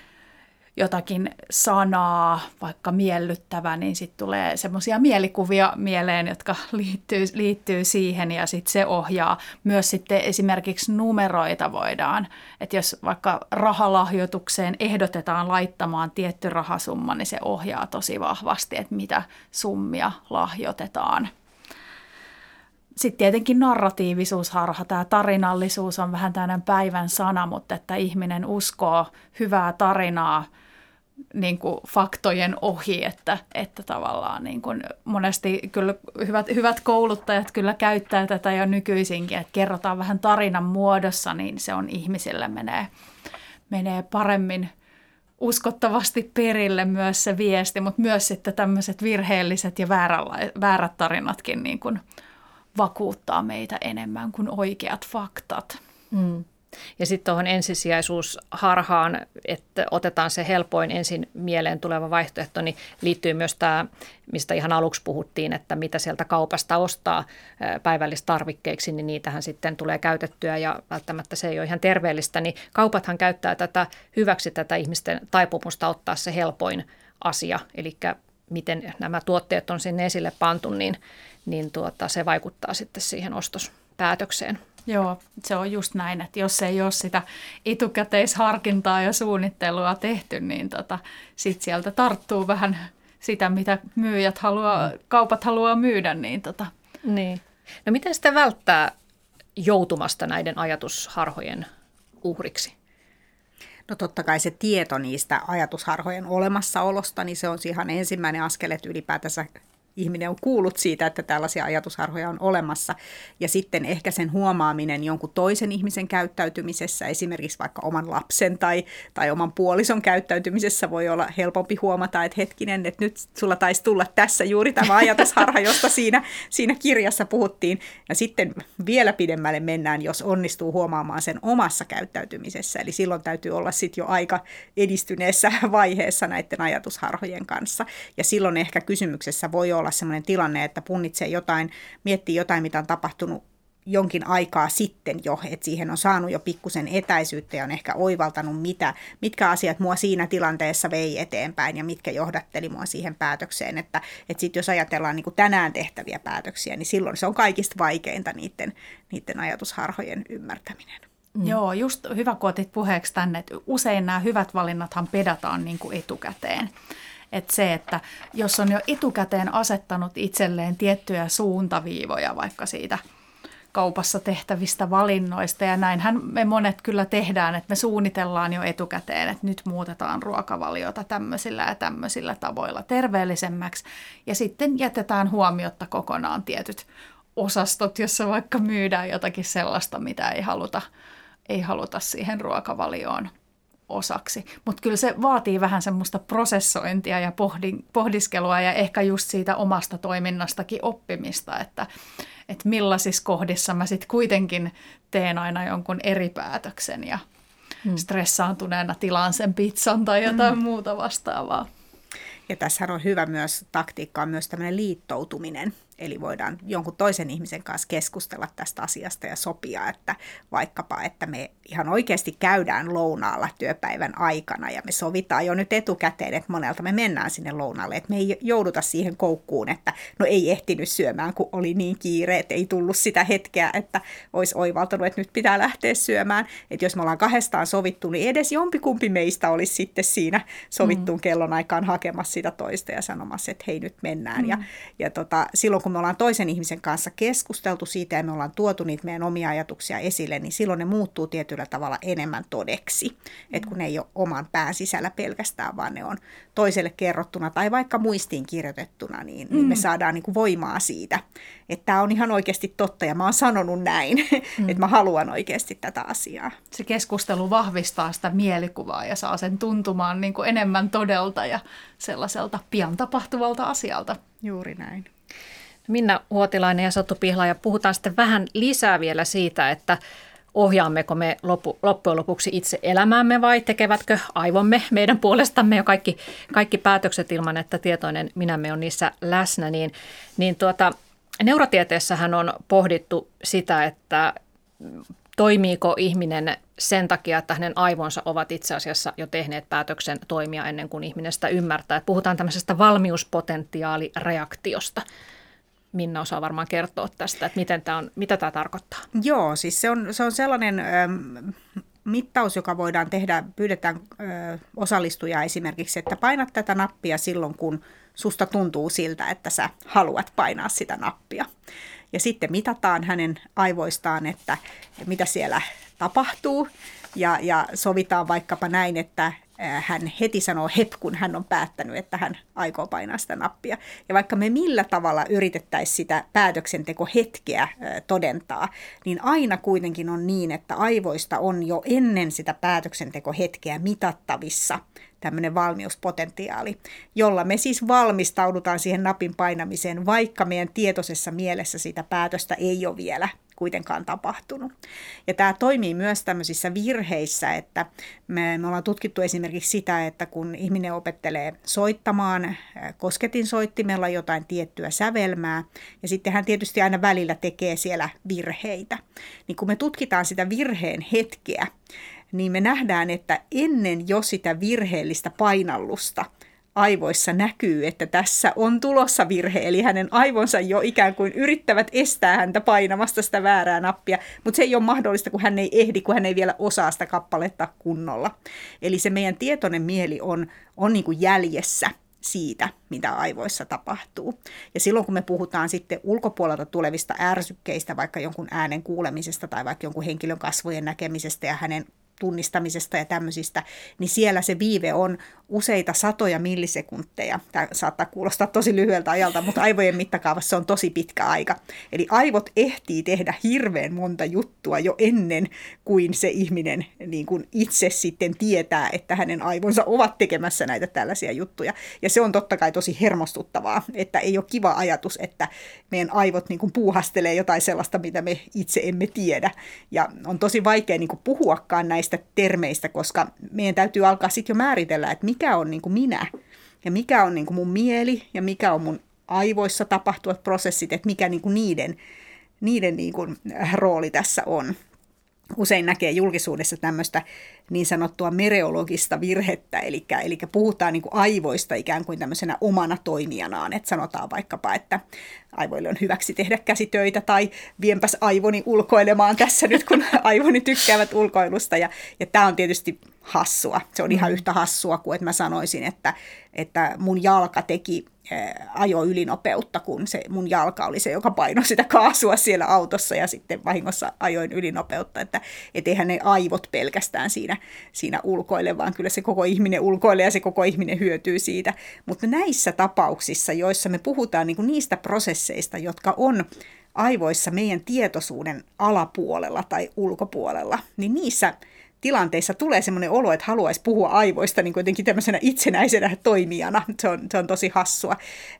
jotakin sanaa, vaikka miellyttävä, niin sitten tulee semmoisia mielikuvia mieleen, jotka liittyy, liittyy siihen ja sitten se ohjaa. Myös sitten esimerkiksi numeroita voidaan, että jos vaikka rahalahjoitukseen ehdotetaan laittamaan tietty rahasumma, niin se ohjaa tosi vahvasti, että mitä summia lahjoitetaan. Sitten tietenkin narratiivisuusharha, tämä tarinallisuus on vähän tämmöinen päivän sana, mutta että ihminen uskoo hyvää tarinaa niin kuin faktojen ohi, että, että tavallaan niin kuin monesti kyllä hyvät, hyvät kouluttajat kyllä käyttää tätä jo nykyisinkin, että kerrotaan vähän tarinan muodossa, niin se on ihmisille menee, menee paremmin uskottavasti perille myös se viesti, mutta myös sitten tämmöiset virheelliset ja väärät tarinatkin niin kuin vakuuttaa meitä enemmän kuin oikeat faktat. Mm. Ja sitten tuohon ensisijaisuusharhaan, että otetaan se helpoin ensin mieleen tuleva vaihtoehto, niin liittyy myös tämä, mistä ihan aluksi puhuttiin, että mitä sieltä kaupasta ostaa päivällistarvikkeiksi, niin niitähän sitten tulee käytettyä ja välttämättä se ei ole ihan terveellistä. Niin kaupathan käyttää tätä hyväksi tätä ihmisten taipumusta ottaa se helpoin asia, eli miten nämä tuotteet on sinne esille pantu, niin, niin tuota, se vaikuttaa sitten siihen ostospäätökseen. Joo, se on just näin, että jos ei ole sitä etukäteisharkintaa ja suunnittelua tehty, niin tota, sitten sieltä tarttuu vähän sitä, mitä myyjät haluaa, kaupat haluaa myydä. Niin, tota. niin. No miten sitä välttää joutumasta näiden ajatusharhojen uhriksi? No totta kai se tieto niistä ajatusharhojen olemassaolosta, niin se on ihan ensimmäinen askel, että ylipäätänsä ihminen on kuullut siitä, että tällaisia ajatusharhoja on olemassa. Ja sitten ehkä sen huomaaminen jonkun toisen ihmisen käyttäytymisessä, esimerkiksi vaikka oman lapsen tai, tai oman puolison käyttäytymisessä voi olla helpompi huomata, että hetkinen, että nyt sulla taisi tulla tässä juuri tämä ajatusharha, josta siinä, siinä kirjassa puhuttiin. Ja sitten vielä pidemmälle mennään, jos onnistuu huomaamaan sen omassa käyttäytymisessä. Eli silloin täytyy olla sitten jo aika edistyneessä vaiheessa näiden ajatusharhojen kanssa. Ja silloin ehkä kysymyksessä voi olla sellainen tilanne, että punnitsee jotain, miettii jotain, mitä on tapahtunut jonkin aikaa sitten jo, että siihen on saanut jo pikkusen etäisyyttä ja on ehkä oivaltanut, mitä, mitkä asiat mua siinä tilanteessa vei eteenpäin ja mitkä johdatteli mua siihen päätökseen. Että, että sitten jos ajatellaan niin kuin tänään tehtäviä päätöksiä, niin silloin se on kaikista vaikeinta niiden, niiden ajatusharhojen ymmärtäminen. Mm. Joo, just hyvä, kun otit puheeksi tänne, että usein nämä hyvät valinnathan pedataan niin kuin etukäteen. Että se, että jos on jo etukäteen asettanut itselleen tiettyjä suuntaviivoja vaikka siitä kaupassa tehtävistä valinnoista ja näinhän me monet kyllä tehdään, että me suunnitellaan jo etukäteen, että nyt muutetaan ruokavaliota tämmöisillä ja tämmöisillä tavoilla terveellisemmäksi ja sitten jätetään huomiotta kokonaan tietyt osastot, jossa vaikka myydään jotakin sellaista, mitä ei haluta, ei haluta siihen ruokavalioon osaksi. Mutta kyllä se vaatii vähän semmoista prosessointia ja pohdin, pohdiskelua ja ehkä just siitä omasta toiminnastakin oppimista, että, että millaisissa kohdissa mä sitten kuitenkin teen aina jonkun eri päätöksen ja hmm. stressaantuneena tilaan sen pizzan tai jotain hmm. muuta vastaavaa. Ja tässä on hyvä myös taktiikka on myös tämmöinen liittoutuminen. Eli voidaan jonkun toisen ihmisen kanssa keskustella tästä asiasta ja sopia, että vaikkapa, että me ihan oikeasti käydään lounaalla työpäivän aikana ja me sovitaan jo nyt etukäteen, että monelta me mennään sinne lounaalle, että me ei jouduta siihen koukkuun, että no ei ehtinyt syömään, kun oli niin kiire, että ei tullut sitä hetkeä, että olisi oivaltanut, että nyt pitää lähteä syömään. Että jos me ollaan kahdestaan sovittu, niin edes jompikumpi meistä olisi sitten siinä sovittuun mm. kellon aikaan hakemassa sitä toista ja sanomassa, että hei nyt mennään. Mm. Ja, ja tota, silloin kun me ollaan toisen ihmisen kanssa keskusteltu siitä ja me ollaan tuotu niitä meidän omia ajatuksia esille, niin silloin ne muuttuu tietyllä tavalla enemmän todeksi. Mm. Että kun ne ei ole oman pään sisällä pelkästään, vaan ne on toiselle kerrottuna tai vaikka muistiin kirjoitettuna, niin, mm. niin me saadaan niin kuin voimaa siitä, että tämä on ihan oikeasti totta ja mä oon sanonut näin, mm. että mä haluan oikeasti tätä asiaa. Se keskustelu vahvistaa sitä mielikuvaa ja saa sen tuntumaan niin kuin enemmän todelta ja sellaiselta pian tapahtuvalta asialta. Juuri näin. Minna Huotilainen ja Satu Pihlaaja, puhutaan sitten vähän lisää vielä siitä, että ohjaammeko me loppu, loppujen lopuksi itse elämäämme vai tekevätkö aivomme meidän puolestamme jo kaikki, kaikki päätökset ilman, että tietoinen minämme on niissä läsnä. Niin, niin tuota, neurotieteessähän on pohdittu sitä, että toimiiko ihminen sen takia, että hänen aivonsa ovat itse asiassa jo tehneet päätöksen toimia ennen kuin ihminen sitä ymmärtää. Puhutaan tämmöisestä valmiuspotentiaalireaktiosta. Minna osaa varmaan kertoa tästä, että miten tämä on, mitä tämä tarkoittaa. Joo, siis se on, se on sellainen ähm, mittaus, joka voidaan tehdä, pyydetään äh, osallistujaa esimerkiksi, että painat tätä nappia silloin, kun susta tuntuu siltä, että sä haluat painaa sitä nappia. Ja sitten mitataan hänen aivoistaan, että mitä siellä tapahtuu ja, ja sovitaan vaikkapa näin, että hän heti sanoo hep, kun hän on päättänyt, että hän aikoo painaa sitä nappia. Ja vaikka me millä tavalla yritettäisiin sitä päätöksentekohetkeä todentaa, niin aina kuitenkin on niin, että aivoista on jo ennen sitä päätöksentekohetkeä mitattavissa tämmöinen valmiuspotentiaali, jolla me siis valmistaudutaan siihen napin painamiseen, vaikka meidän tietoisessa mielessä sitä päätöstä ei ole vielä kuitenkaan tapahtunut. Ja tämä toimii myös tämmöisissä virheissä, että me, me ollaan tutkittu esimerkiksi sitä, että kun ihminen opettelee soittamaan kosketinsoittimella jotain tiettyä sävelmää, ja sitten hän tietysti aina välillä tekee siellä virheitä, niin kun me tutkitaan sitä virheen hetkeä, niin me nähdään, että ennen jo sitä virheellistä painallusta aivoissa näkyy, että tässä on tulossa virhe, eli hänen aivonsa jo ikään kuin yrittävät estää häntä painamasta sitä väärää nappia, mutta se ei ole mahdollista, kun hän ei ehdi, kun hän ei vielä osaa sitä kappaletta kunnolla. Eli se meidän tietoinen mieli on, on niin kuin jäljessä siitä, mitä aivoissa tapahtuu. Ja silloin, kun me puhutaan sitten ulkopuolelta tulevista ärsykkeistä, vaikka jonkun äänen kuulemisesta tai vaikka jonkun henkilön kasvojen näkemisestä ja hänen tunnistamisesta ja tämmöisistä, niin siellä se viive on useita satoja millisekunteja. Tämä saattaa kuulostaa tosi lyhyeltä ajalta, mutta aivojen mittakaavassa se on tosi pitkä aika. Eli aivot ehtii tehdä hirveän monta juttua jo ennen kuin se ihminen niin kuin itse sitten tietää, että hänen aivonsa ovat tekemässä näitä tällaisia juttuja. Ja se on totta kai tosi hermostuttavaa, että ei ole kiva ajatus, että meidän aivot niin kuin puuhastelee jotain sellaista, mitä me itse emme tiedä. Ja on tosi vaikea niin kuin puhuakaan näistä termeistä, koska meidän täytyy alkaa sitten jo määritellä, että mikä on niin kuin minä ja mikä on niin kuin mun mieli ja mikä on mun aivoissa tapahtuvat prosessit, että mikä niin kuin niiden, niiden niin kuin rooli tässä on. Usein näkee julkisuudessa tämmöistä niin sanottua mereologista virhettä, eli, eli puhutaan niin kuin aivoista ikään kuin tämmöisenä omana toimijanaan, että sanotaan vaikkapa, että aivoille on hyväksi tehdä käsitöitä tai vienpäs aivoni ulkoilemaan tässä nyt, kun aivoni tykkäävät ulkoilusta ja, ja tämä on tietysti hassua. Se on ihan yhtä hassua kuin että mä sanoisin, että, että mun jalka teki ajo ylinopeutta, kun se mun jalka oli se, joka painoi sitä kaasua siellä autossa ja sitten vahingossa ajoin ylinopeutta, että et eihän ne aivot pelkästään siinä, siinä ulkoile, vaan kyllä se koko ihminen ulkoilee ja se koko ihminen hyötyy siitä. Mutta näissä tapauksissa, joissa me puhutaan niinku niistä prosesseista, jotka on aivoissa meidän tietoisuuden alapuolella tai ulkopuolella, niin niissä tilanteissa tulee semmoinen olo, että haluaisi puhua aivoista niin jotenkin tämmöisenä itsenäisenä toimijana. Se on, se on tosi hassua.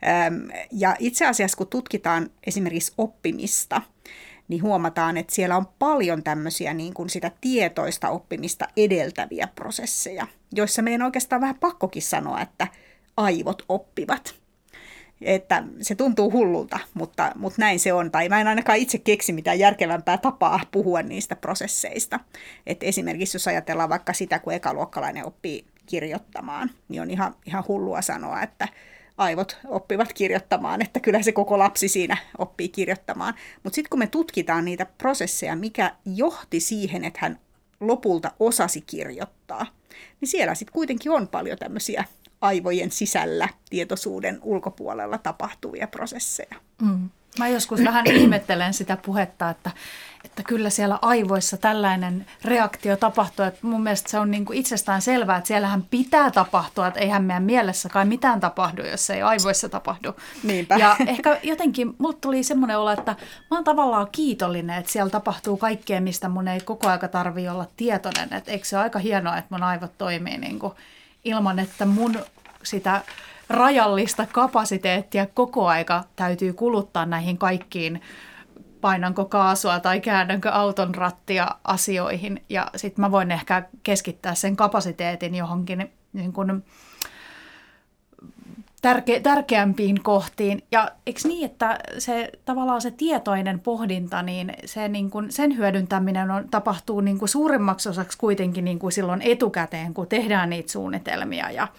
Ja itse asiassa, kun tutkitaan esimerkiksi oppimista, niin huomataan, että siellä on paljon tämmöisiä niin kuin sitä tietoista oppimista edeltäviä prosesseja, joissa meidän oikeastaan vähän pakkokin sanoa, että aivot oppivat. Että se tuntuu hullulta, mutta, mutta näin se on. Tai mä en ainakaan itse keksi mitään järkevämpää tapaa puhua niistä prosesseista. Että esimerkiksi jos ajatellaan vaikka sitä, kun ekaluokkalainen oppii kirjoittamaan, niin on ihan, ihan hullua sanoa, että aivot oppivat kirjoittamaan, että kyllä se koko lapsi siinä oppii kirjoittamaan. Mutta sitten kun me tutkitaan niitä prosesseja, mikä johti siihen, että hän lopulta osasi kirjoittaa, niin siellä sitten kuitenkin on paljon tämmöisiä aivojen sisällä tietoisuuden ulkopuolella tapahtuvia prosesseja. Mm. Mä joskus vähän ihmettelen sitä puhetta, että, että kyllä siellä aivoissa tällainen reaktio tapahtuu. Että mun mielestä se on niin kuin itsestään selvää, että siellähän pitää tapahtua, että eihän meidän mielessä kai mitään tapahdu, jos se ei aivoissa tapahdu. Niinpä. Ja ehkä jotenkin mulle tuli semmoinen olo, että mä oon tavallaan kiitollinen, että siellä tapahtuu kaikkea, mistä mun ei koko aika tarvitse olla tietoinen. Että eikö se ole aika hienoa, että mun aivot toimii niin kuin ilman, että mun sitä rajallista kapasiteettia koko aika täytyy kuluttaa näihin kaikkiin, painanko kaasua tai käännänkö auton rattia asioihin. Ja sitten mä voin ehkä keskittää sen kapasiteetin johonkin niin kuin tärke, tärkeämpiin kohtiin. Ja eikö niin, että se tavallaan se tietoinen pohdinta, niin, se, niin kuin, sen hyödyntäminen on, tapahtuu niin kuin suurimmaksi osaksi kuitenkin niin kuin silloin etukäteen, kun tehdään niitä suunnitelmia. Ja,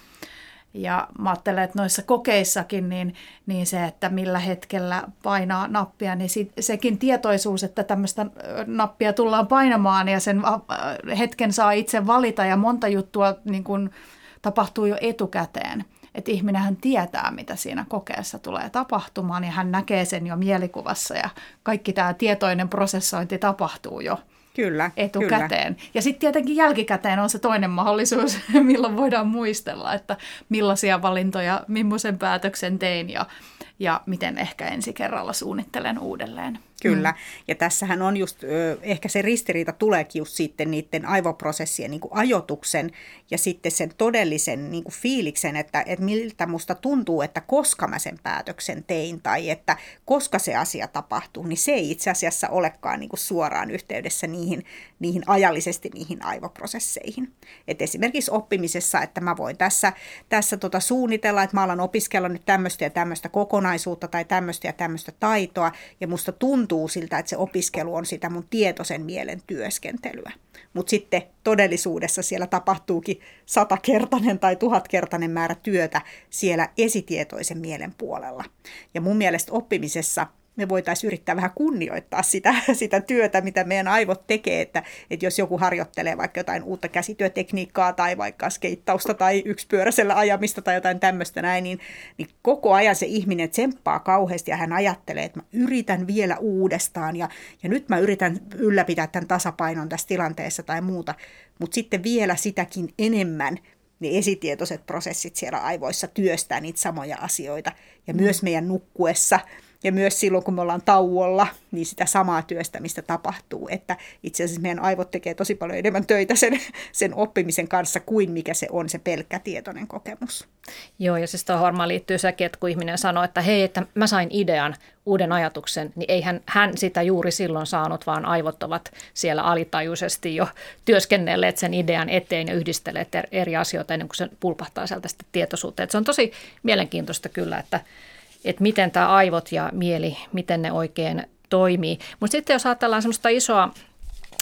ja mä ajattelen, että noissa kokeissakin niin, niin se, että millä hetkellä painaa nappia, niin sit, sekin tietoisuus, että tämmöistä nappia tullaan painamaan ja sen hetken saa itse valita ja monta juttua niin kuin tapahtuu jo etukäteen. Että ihminenhän tietää, mitä siinä kokeessa tulee tapahtumaan ja hän näkee sen jo mielikuvassa ja kaikki tämä tietoinen prosessointi tapahtuu jo kyllä, etukäteen. Kyllä. Ja sitten tietenkin jälkikäteen on se toinen mahdollisuus, milloin voidaan muistella, että millaisia valintoja, millaisen päätöksen tein ja, ja miten ehkä ensi kerralla suunnittelen uudelleen. Kyllä, ja tässähän on just, ehkä se ristiriita tuleekin just sitten niiden aivoprosessien niin kuin ajoituksen ja sitten sen todellisen niin kuin fiiliksen, että, että miltä musta tuntuu, että koska mä sen päätöksen tein tai että koska se asia tapahtuu, niin se ei itse asiassa olekaan niin kuin suoraan yhteydessä niihin, niihin ajallisesti niihin aivoprosesseihin. Et esimerkiksi oppimisessa, että mä voin tässä, tässä tota suunnitella, että mä alan opiskella nyt tämmöistä ja tämmöistä kokonaisuutta tai tämmöistä ja tämmöistä taitoa ja musta tuntuu, tuntuu siltä, että se opiskelu on sitä mun tietoisen mielen työskentelyä. Mutta sitten todellisuudessa siellä tapahtuukin satakertainen tai tuhatkertainen määrä työtä siellä esitietoisen mielen puolella. Ja mun mielestä oppimisessa me voitaisiin yrittää vähän kunnioittaa sitä, sitä työtä, mitä meidän aivot tekee, että, että jos joku harjoittelee vaikka jotain uutta käsityötekniikkaa tai vaikka skeittausta tai yksipyöräisellä ajamista tai jotain tämmöistä näin, niin, niin koko ajan se ihminen tsemppaa kauheasti ja hän ajattelee, että mä yritän vielä uudestaan ja, ja nyt mä yritän ylläpitää tämän tasapainon tässä tilanteessa tai muuta, mutta sitten vielä sitäkin enemmän ne esitietoiset prosessit siellä aivoissa työstää niitä samoja asioita ja mm. myös meidän nukkuessa. Ja myös silloin, kun me ollaan tauolla, niin sitä samaa työstämistä tapahtuu, että itse asiassa meidän aivot tekee tosi paljon enemmän töitä sen, sen oppimisen kanssa kuin mikä se on se pelkkä tietoinen kokemus. Joo, ja siis tuohon varmaan liittyy sekin, että kun ihminen sanoo, että hei, että mä sain idean, uuden ajatuksen, niin eihän hän sitä juuri silloin saanut, vaan aivot ovat siellä alitajuisesti jo työskennelleet sen idean eteen ja yhdistelleet eri asioita ennen kuin se pulpahtaa sieltä sitten tietoisuuteen. Että se on tosi mielenkiintoista kyllä, että että miten tämä aivot ja mieli, miten ne oikein toimii. Mutta sitten jos ajatellaan semmoista isoa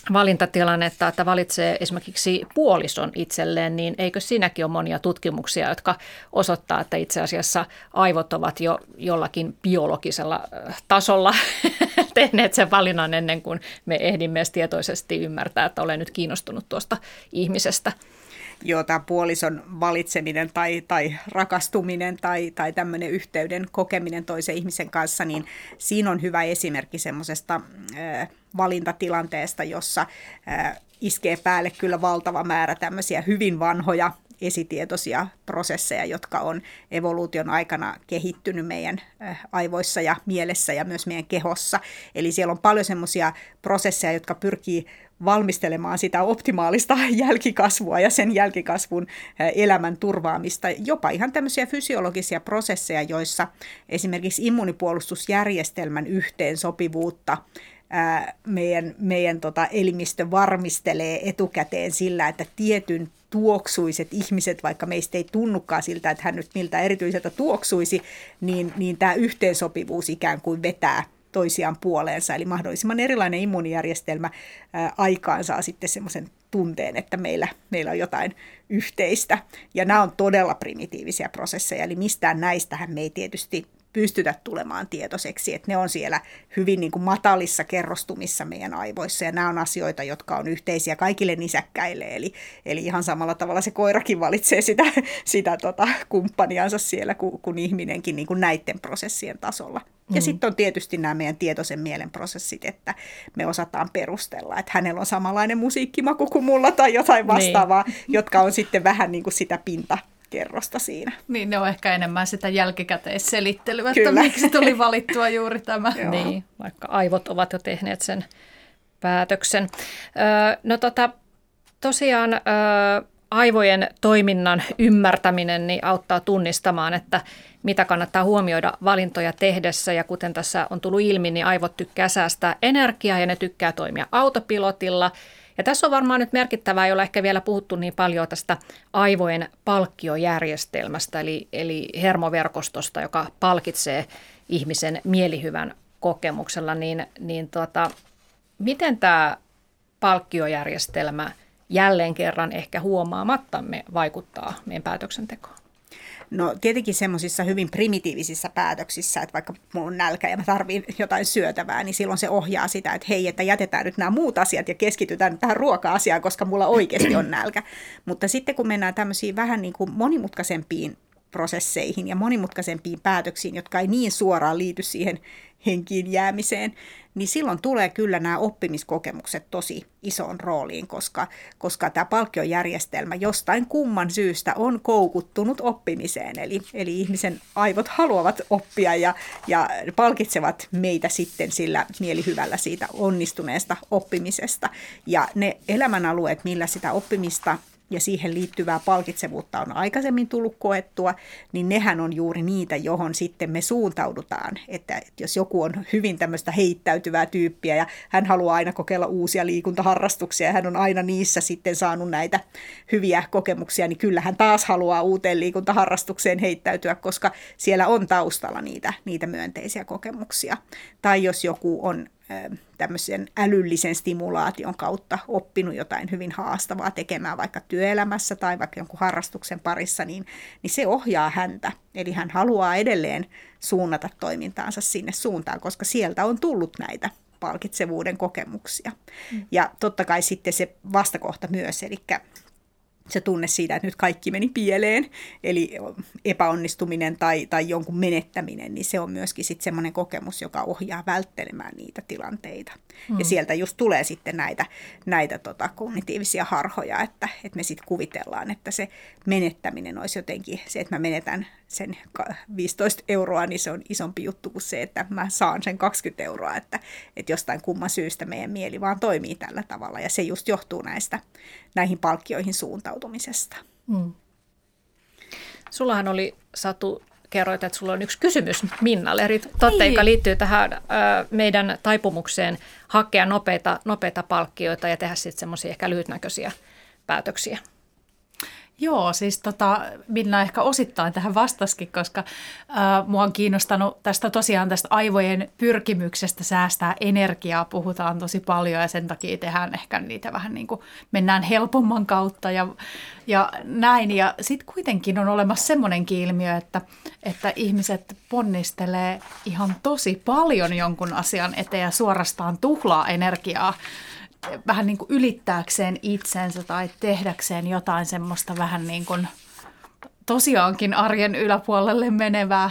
valintatilannetta, että valitsee esimerkiksi puolison itselleen, niin eikö siinäkin ole monia tutkimuksia, jotka osoittaa, että itse asiassa aivot ovat jo jollakin biologisella tasolla tehneet sen valinnan ennen kuin me ehdimme tietoisesti ymmärtää, että olen nyt kiinnostunut tuosta ihmisestä. Joo, tämä puolison valitseminen tai, tai rakastuminen tai, tai tämmöinen yhteyden kokeminen toisen ihmisen kanssa, niin siinä on hyvä esimerkki semmoisesta äh, valintatilanteesta, jossa äh, iskee päälle kyllä valtava määrä tämmöisiä hyvin vanhoja esitietoisia prosesseja, jotka on evoluution aikana kehittynyt meidän aivoissa ja mielessä ja myös meidän kehossa. Eli siellä on paljon semmoisia prosesseja, jotka pyrkii valmistelemaan sitä optimaalista jälkikasvua ja sen jälkikasvun elämän turvaamista. Jopa ihan tämmöisiä fysiologisia prosesseja, joissa esimerkiksi immunipuolustusjärjestelmän yhteensopivuutta meidän, meidän tota elimistö varmistelee etukäteen sillä, että tietyn tuoksuiset ihmiset, vaikka meistä ei tunnukaan siltä, että hän nyt miltä erityiseltä tuoksuisi, niin, niin tämä yhteensopivuus ikään kuin vetää toisiaan puoleensa. Eli mahdollisimman erilainen immuunijärjestelmä ää, aikaansaa sitten semmoisen tunteen, että meillä, meillä on jotain yhteistä. Ja nämä on todella primitiivisiä prosesseja, eli mistään näistähän me ei tietysti pystytä tulemaan tietoiseksi, että ne on siellä hyvin niin kuin matalissa kerrostumissa meidän aivoissa, ja nämä on asioita, jotka on yhteisiä kaikille nisäkkäille, eli, eli ihan samalla tavalla se koirakin valitsee sitä, sitä tota, kumppaniansa siellä kuin, kuin ihminenkin niin kuin näiden prosessien tasolla. Ja mm. sitten on tietysti nämä meidän tietoisen mielen prosessit, että me osataan perustella, että hänellä on samanlainen musiikkimaku kuin mulla tai jotain vastaavaa, niin. jotka on sitten vähän niin kuin sitä pinta kerrosta siinä. Niin, ne on ehkä enemmän sitä jälkikäteisselittelyä, että miksi tuli valittua juuri tämä. Niin, vaikka aivot ovat jo tehneet sen päätöksen. Öö, no tota, tosiaan öö, aivojen toiminnan ymmärtäminen niin auttaa tunnistamaan, että mitä kannattaa huomioida valintoja tehdessä. Ja kuten tässä on tullut ilmi, niin aivot tykkää säästää energiaa ja ne tykkää toimia autopilotilla. Ja tässä on varmaan nyt merkittävää, ei ole ehkä vielä puhuttu niin paljon tästä aivojen palkkiojärjestelmästä, eli, eli hermoverkostosta, joka palkitsee ihmisen mielihyvän kokemuksella. Niin, niin tuota, miten tämä palkkiojärjestelmä jälleen kerran ehkä huomaamattamme vaikuttaa meidän päätöksentekoon? No tietenkin semmoisissa hyvin primitiivisissä päätöksissä, että vaikka mulla on nälkä ja mä tarvitsen jotain syötävää, niin silloin se ohjaa sitä, että hei, että jätetään nyt nämä muut asiat ja keskitytään tähän ruoka-asiaan, koska mulla oikeasti on nälkä. Mutta sitten kun mennään tämmöisiin vähän niin kuin monimutkaisempiin prosesseihin ja monimutkaisempiin päätöksiin, jotka ei niin suoraan liity siihen henkiin jäämiseen, niin silloin tulee kyllä nämä oppimiskokemukset tosi isoon rooliin, koska, koska tämä palkkiojärjestelmä jostain kumman syystä on koukuttunut oppimiseen. Eli, eli ihmisen aivot haluavat oppia ja, ja palkitsevat meitä sitten sillä mielihyvällä siitä onnistuneesta oppimisesta. Ja ne elämänalueet, millä sitä oppimista ja siihen liittyvää palkitsevuutta on aikaisemmin tullut koettua, niin nehän on juuri niitä, johon sitten me suuntaudutaan. Että jos joku on hyvin tämmöistä heittäytyvää tyyppiä ja hän haluaa aina kokeilla uusia liikuntaharrastuksia ja hän on aina niissä sitten saanut näitä hyviä kokemuksia, niin kyllä hän taas haluaa uuteen liikuntaharrastukseen heittäytyä, koska siellä on taustalla niitä, niitä myönteisiä kokemuksia. Tai jos joku on tämmöisen älyllisen stimulaation kautta oppinut jotain hyvin haastavaa tekemään vaikka työelämässä tai vaikka jonkun harrastuksen parissa, niin, niin se ohjaa häntä. Eli hän haluaa edelleen suunnata toimintaansa sinne suuntaan, koska sieltä on tullut näitä palkitsevuuden kokemuksia. Mm. Ja totta kai sitten se vastakohta myös, eli se tunne siitä, että nyt kaikki meni pieleen, eli epäonnistuminen tai, tai jonkun menettäminen, niin se on myöskin sitten semmoinen kokemus, joka ohjaa välttelemään niitä tilanteita. Mm. Ja sieltä just tulee sitten näitä, näitä tota, kognitiivisia harhoja, että, että me sitten kuvitellaan, että se menettäminen olisi jotenkin se, että mä menetän sen viisitoista euroa, niin se on isompi juttu kuin se, että mä saan sen kaksikymmentä euroa, että, että jostain kumman syystä meidän mieli vaan toimii tällä tavalla, ja se just johtuu näistä, näihin palkkioihin suuntautumisesta. Mm. Sullahan oli, Satu, kerroit, että sulla on yksi kysymys Minnalle, eri totte, joka liittyy tähän ö, meidän taipumukseen hakea nopeita, nopeita palkkioita ja tehdä sitten semmoisia ehkä lyhytnäköisiä päätöksiä. Joo, siis tota, Minna ehkä osittain tähän vastaskin, koska äh, mua on kiinnostanut tästä tosiaan tästä aivojen pyrkimyksestä säästää energiaa. Puhutaan tosi paljon ja sen takia tehdään ehkä niitä vähän niin kuin mennään helpomman kautta ja, ja näin. Ja sitten kuitenkin on olemassa semmoinenkin ilmiö, että, että ihmiset ponnistelee ihan tosi paljon jonkun asian eteen ja suorastaan tuhlaa energiaa vähän niin kuin ylittääkseen itsensä tai tehdäkseen jotain semmoista vähän niin kuin tosiaankin arjen yläpuolelle menevää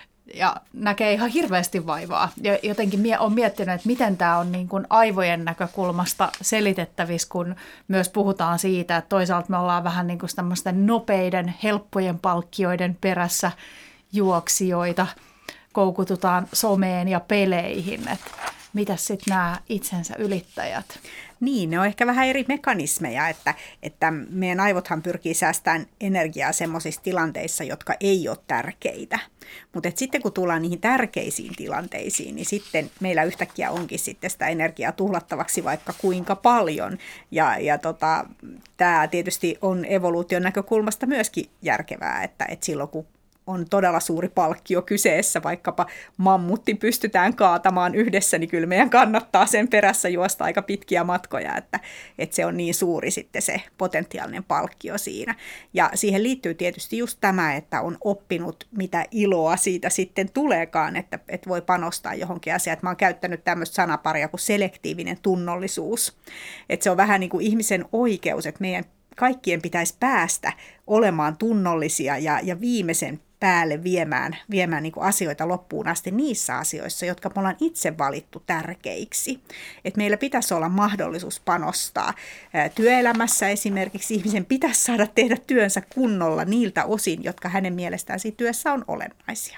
ja näkee ihan hirveästi vaivaa. Ja jotenkin mie- olen miettinyt, että miten tämä on niin kuin aivojen näkökulmasta selitettävissä, kun myös puhutaan siitä, että toisaalta me ollaan vähän niin kuin tämmöisten nopeiden, helppojen palkkioiden perässä juoksijoita, koukututaan someen ja peleihin, että mitäs sitten nämä itsensä ylittäjät? Niin, ne on ehkä vähän eri mekanismeja, että, että meidän aivothan pyrkii säästämään energiaa semmoisissa tilanteissa, jotka ei ole tärkeitä. Mutta sitten kun tullaan niihin tärkeisiin tilanteisiin, niin sitten meillä yhtäkkiä onkin sitten sitä energiaa tuhlattavaksi vaikka kuinka paljon. Ja, ja tota, tämä tietysti on evoluution näkökulmasta myöskin järkevää, että, että silloin kun on todella suuri palkkio kyseessä, vaikkapa mammutti pystytään kaatamaan yhdessä, niin kyllä meidän kannattaa sen perässä juosta aika pitkiä matkoja, että, että se on niin suuri sitten se potentiaalinen palkkio siinä. Ja siihen liittyy tietysti just tämä, että on oppinut, mitä iloa siitä sitten tuleekaan, että, että voi panostaa johonkin asiaan. Että mä oon käyttänyt tämmöistä sanaparia kuin selektiivinen tunnollisuus. Että se on vähän niin kuin ihmisen oikeus, että meidän kaikkien pitäisi päästä olemaan tunnollisia ja, ja viimeisen päälle viemään, viemään niin kuin asioita loppuun asti niissä asioissa, jotka me ollaan itse valittu tärkeiksi. Et meillä pitäisi olla mahdollisuus panostaa. Työelämässä esimerkiksi ihmisen pitäisi saada tehdä työnsä kunnolla niiltä osin, jotka hänen mielestään siinä työssä on olennaisia.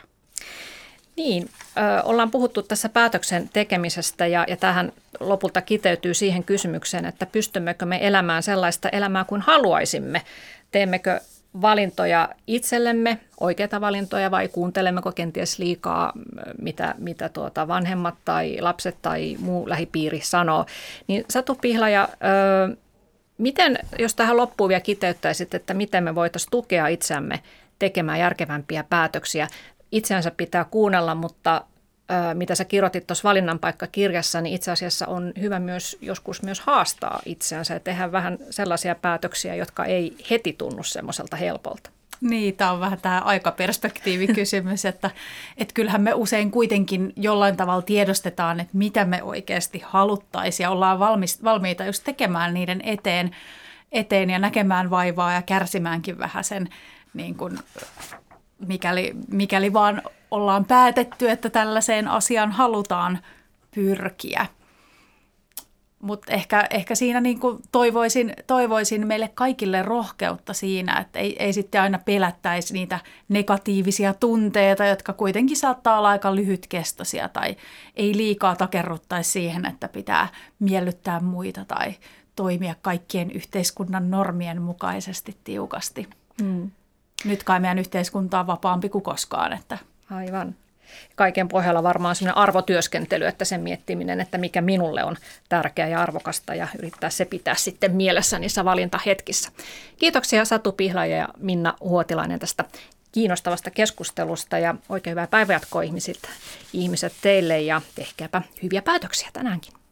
Niin, ö, ollaan puhuttu tässä päätöksen tekemisestä ja, ja tähän lopulta kiteytyy siihen kysymykseen, että pystymmekö me elämään sellaista elämää kuin haluaisimme. Teemmekö valintoja itsellemme, oikeita valintoja vai kuuntelemmeko kenties liikaa, mitä, mitä tuota vanhemmat tai lapset tai muu lähipiiri sanoo. Niin Satu Pihlaja, ö, miten, jos tähän loppuun vielä kiteyttäisit, että miten me voitaisiin tukea itseämme tekemään järkevämpiä päätöksiä? Itseänsä pitää kuunnella, mutta ö, mitä sä kirjoitit tuossa Valinnanpaikka-kirjassa, niin itse asiassa on hyvä myös joskus myös haastaa itseänsä ja tehdä vähän sellaisia päätöksiä, jotka ei heti tunnu semmoiselta helpolta. Niin, tämä on vähän tämä aikaperspektiivikysymys, että, että kyllähän me usein kuitenkin jollain tavalla tiedostetaan, että mitä me oikeasti haluttaisiin ja ollaan valmis, valmiita just tekemään niiden eteen, eteen ja näkemään vaivaa ja kärsimäänkin vähän sen niin kuin Mikäli, mikäli vaan ollaan päätetty, että tällaiseen asiaan halutaan pyrkiä. Mutta ehkä, ehkä siinä niin kuin toivoisin, toivoisin meille kaikille rohkeutta siinä, että ei, ei sitten aina pelättäisi niitä negatiivisia tunteita, jotka kuitenkin saattaa olla aika lyhytkestoisia tai ei liikaa takerruttaisi siihen, että pitää miellyttää muita tai toimia kaikkien yhteiskunnan normien mukaisesti tiukasti. Mm. Nyt kai meidän yhteiskunta on vapaampi kuin koskaan. Että. Aivan. Kaiken pohjalla varmaan sellainen arvotyöskentely, että sen miettiminen, että mikä minulle on tärkeää ja arvokasta ja yrittää se pitää sitten mielessä niissä valintahetkissä. Kiitoksia Satu Pihlaja ja Minna Huotilainen tästä kiinnostavasta keskustelusta ja oikein hyvää päivänjatkoa ihmisiltä, ihmiset teille ja tehkääpä hyviä päätöksiä tänäänkin.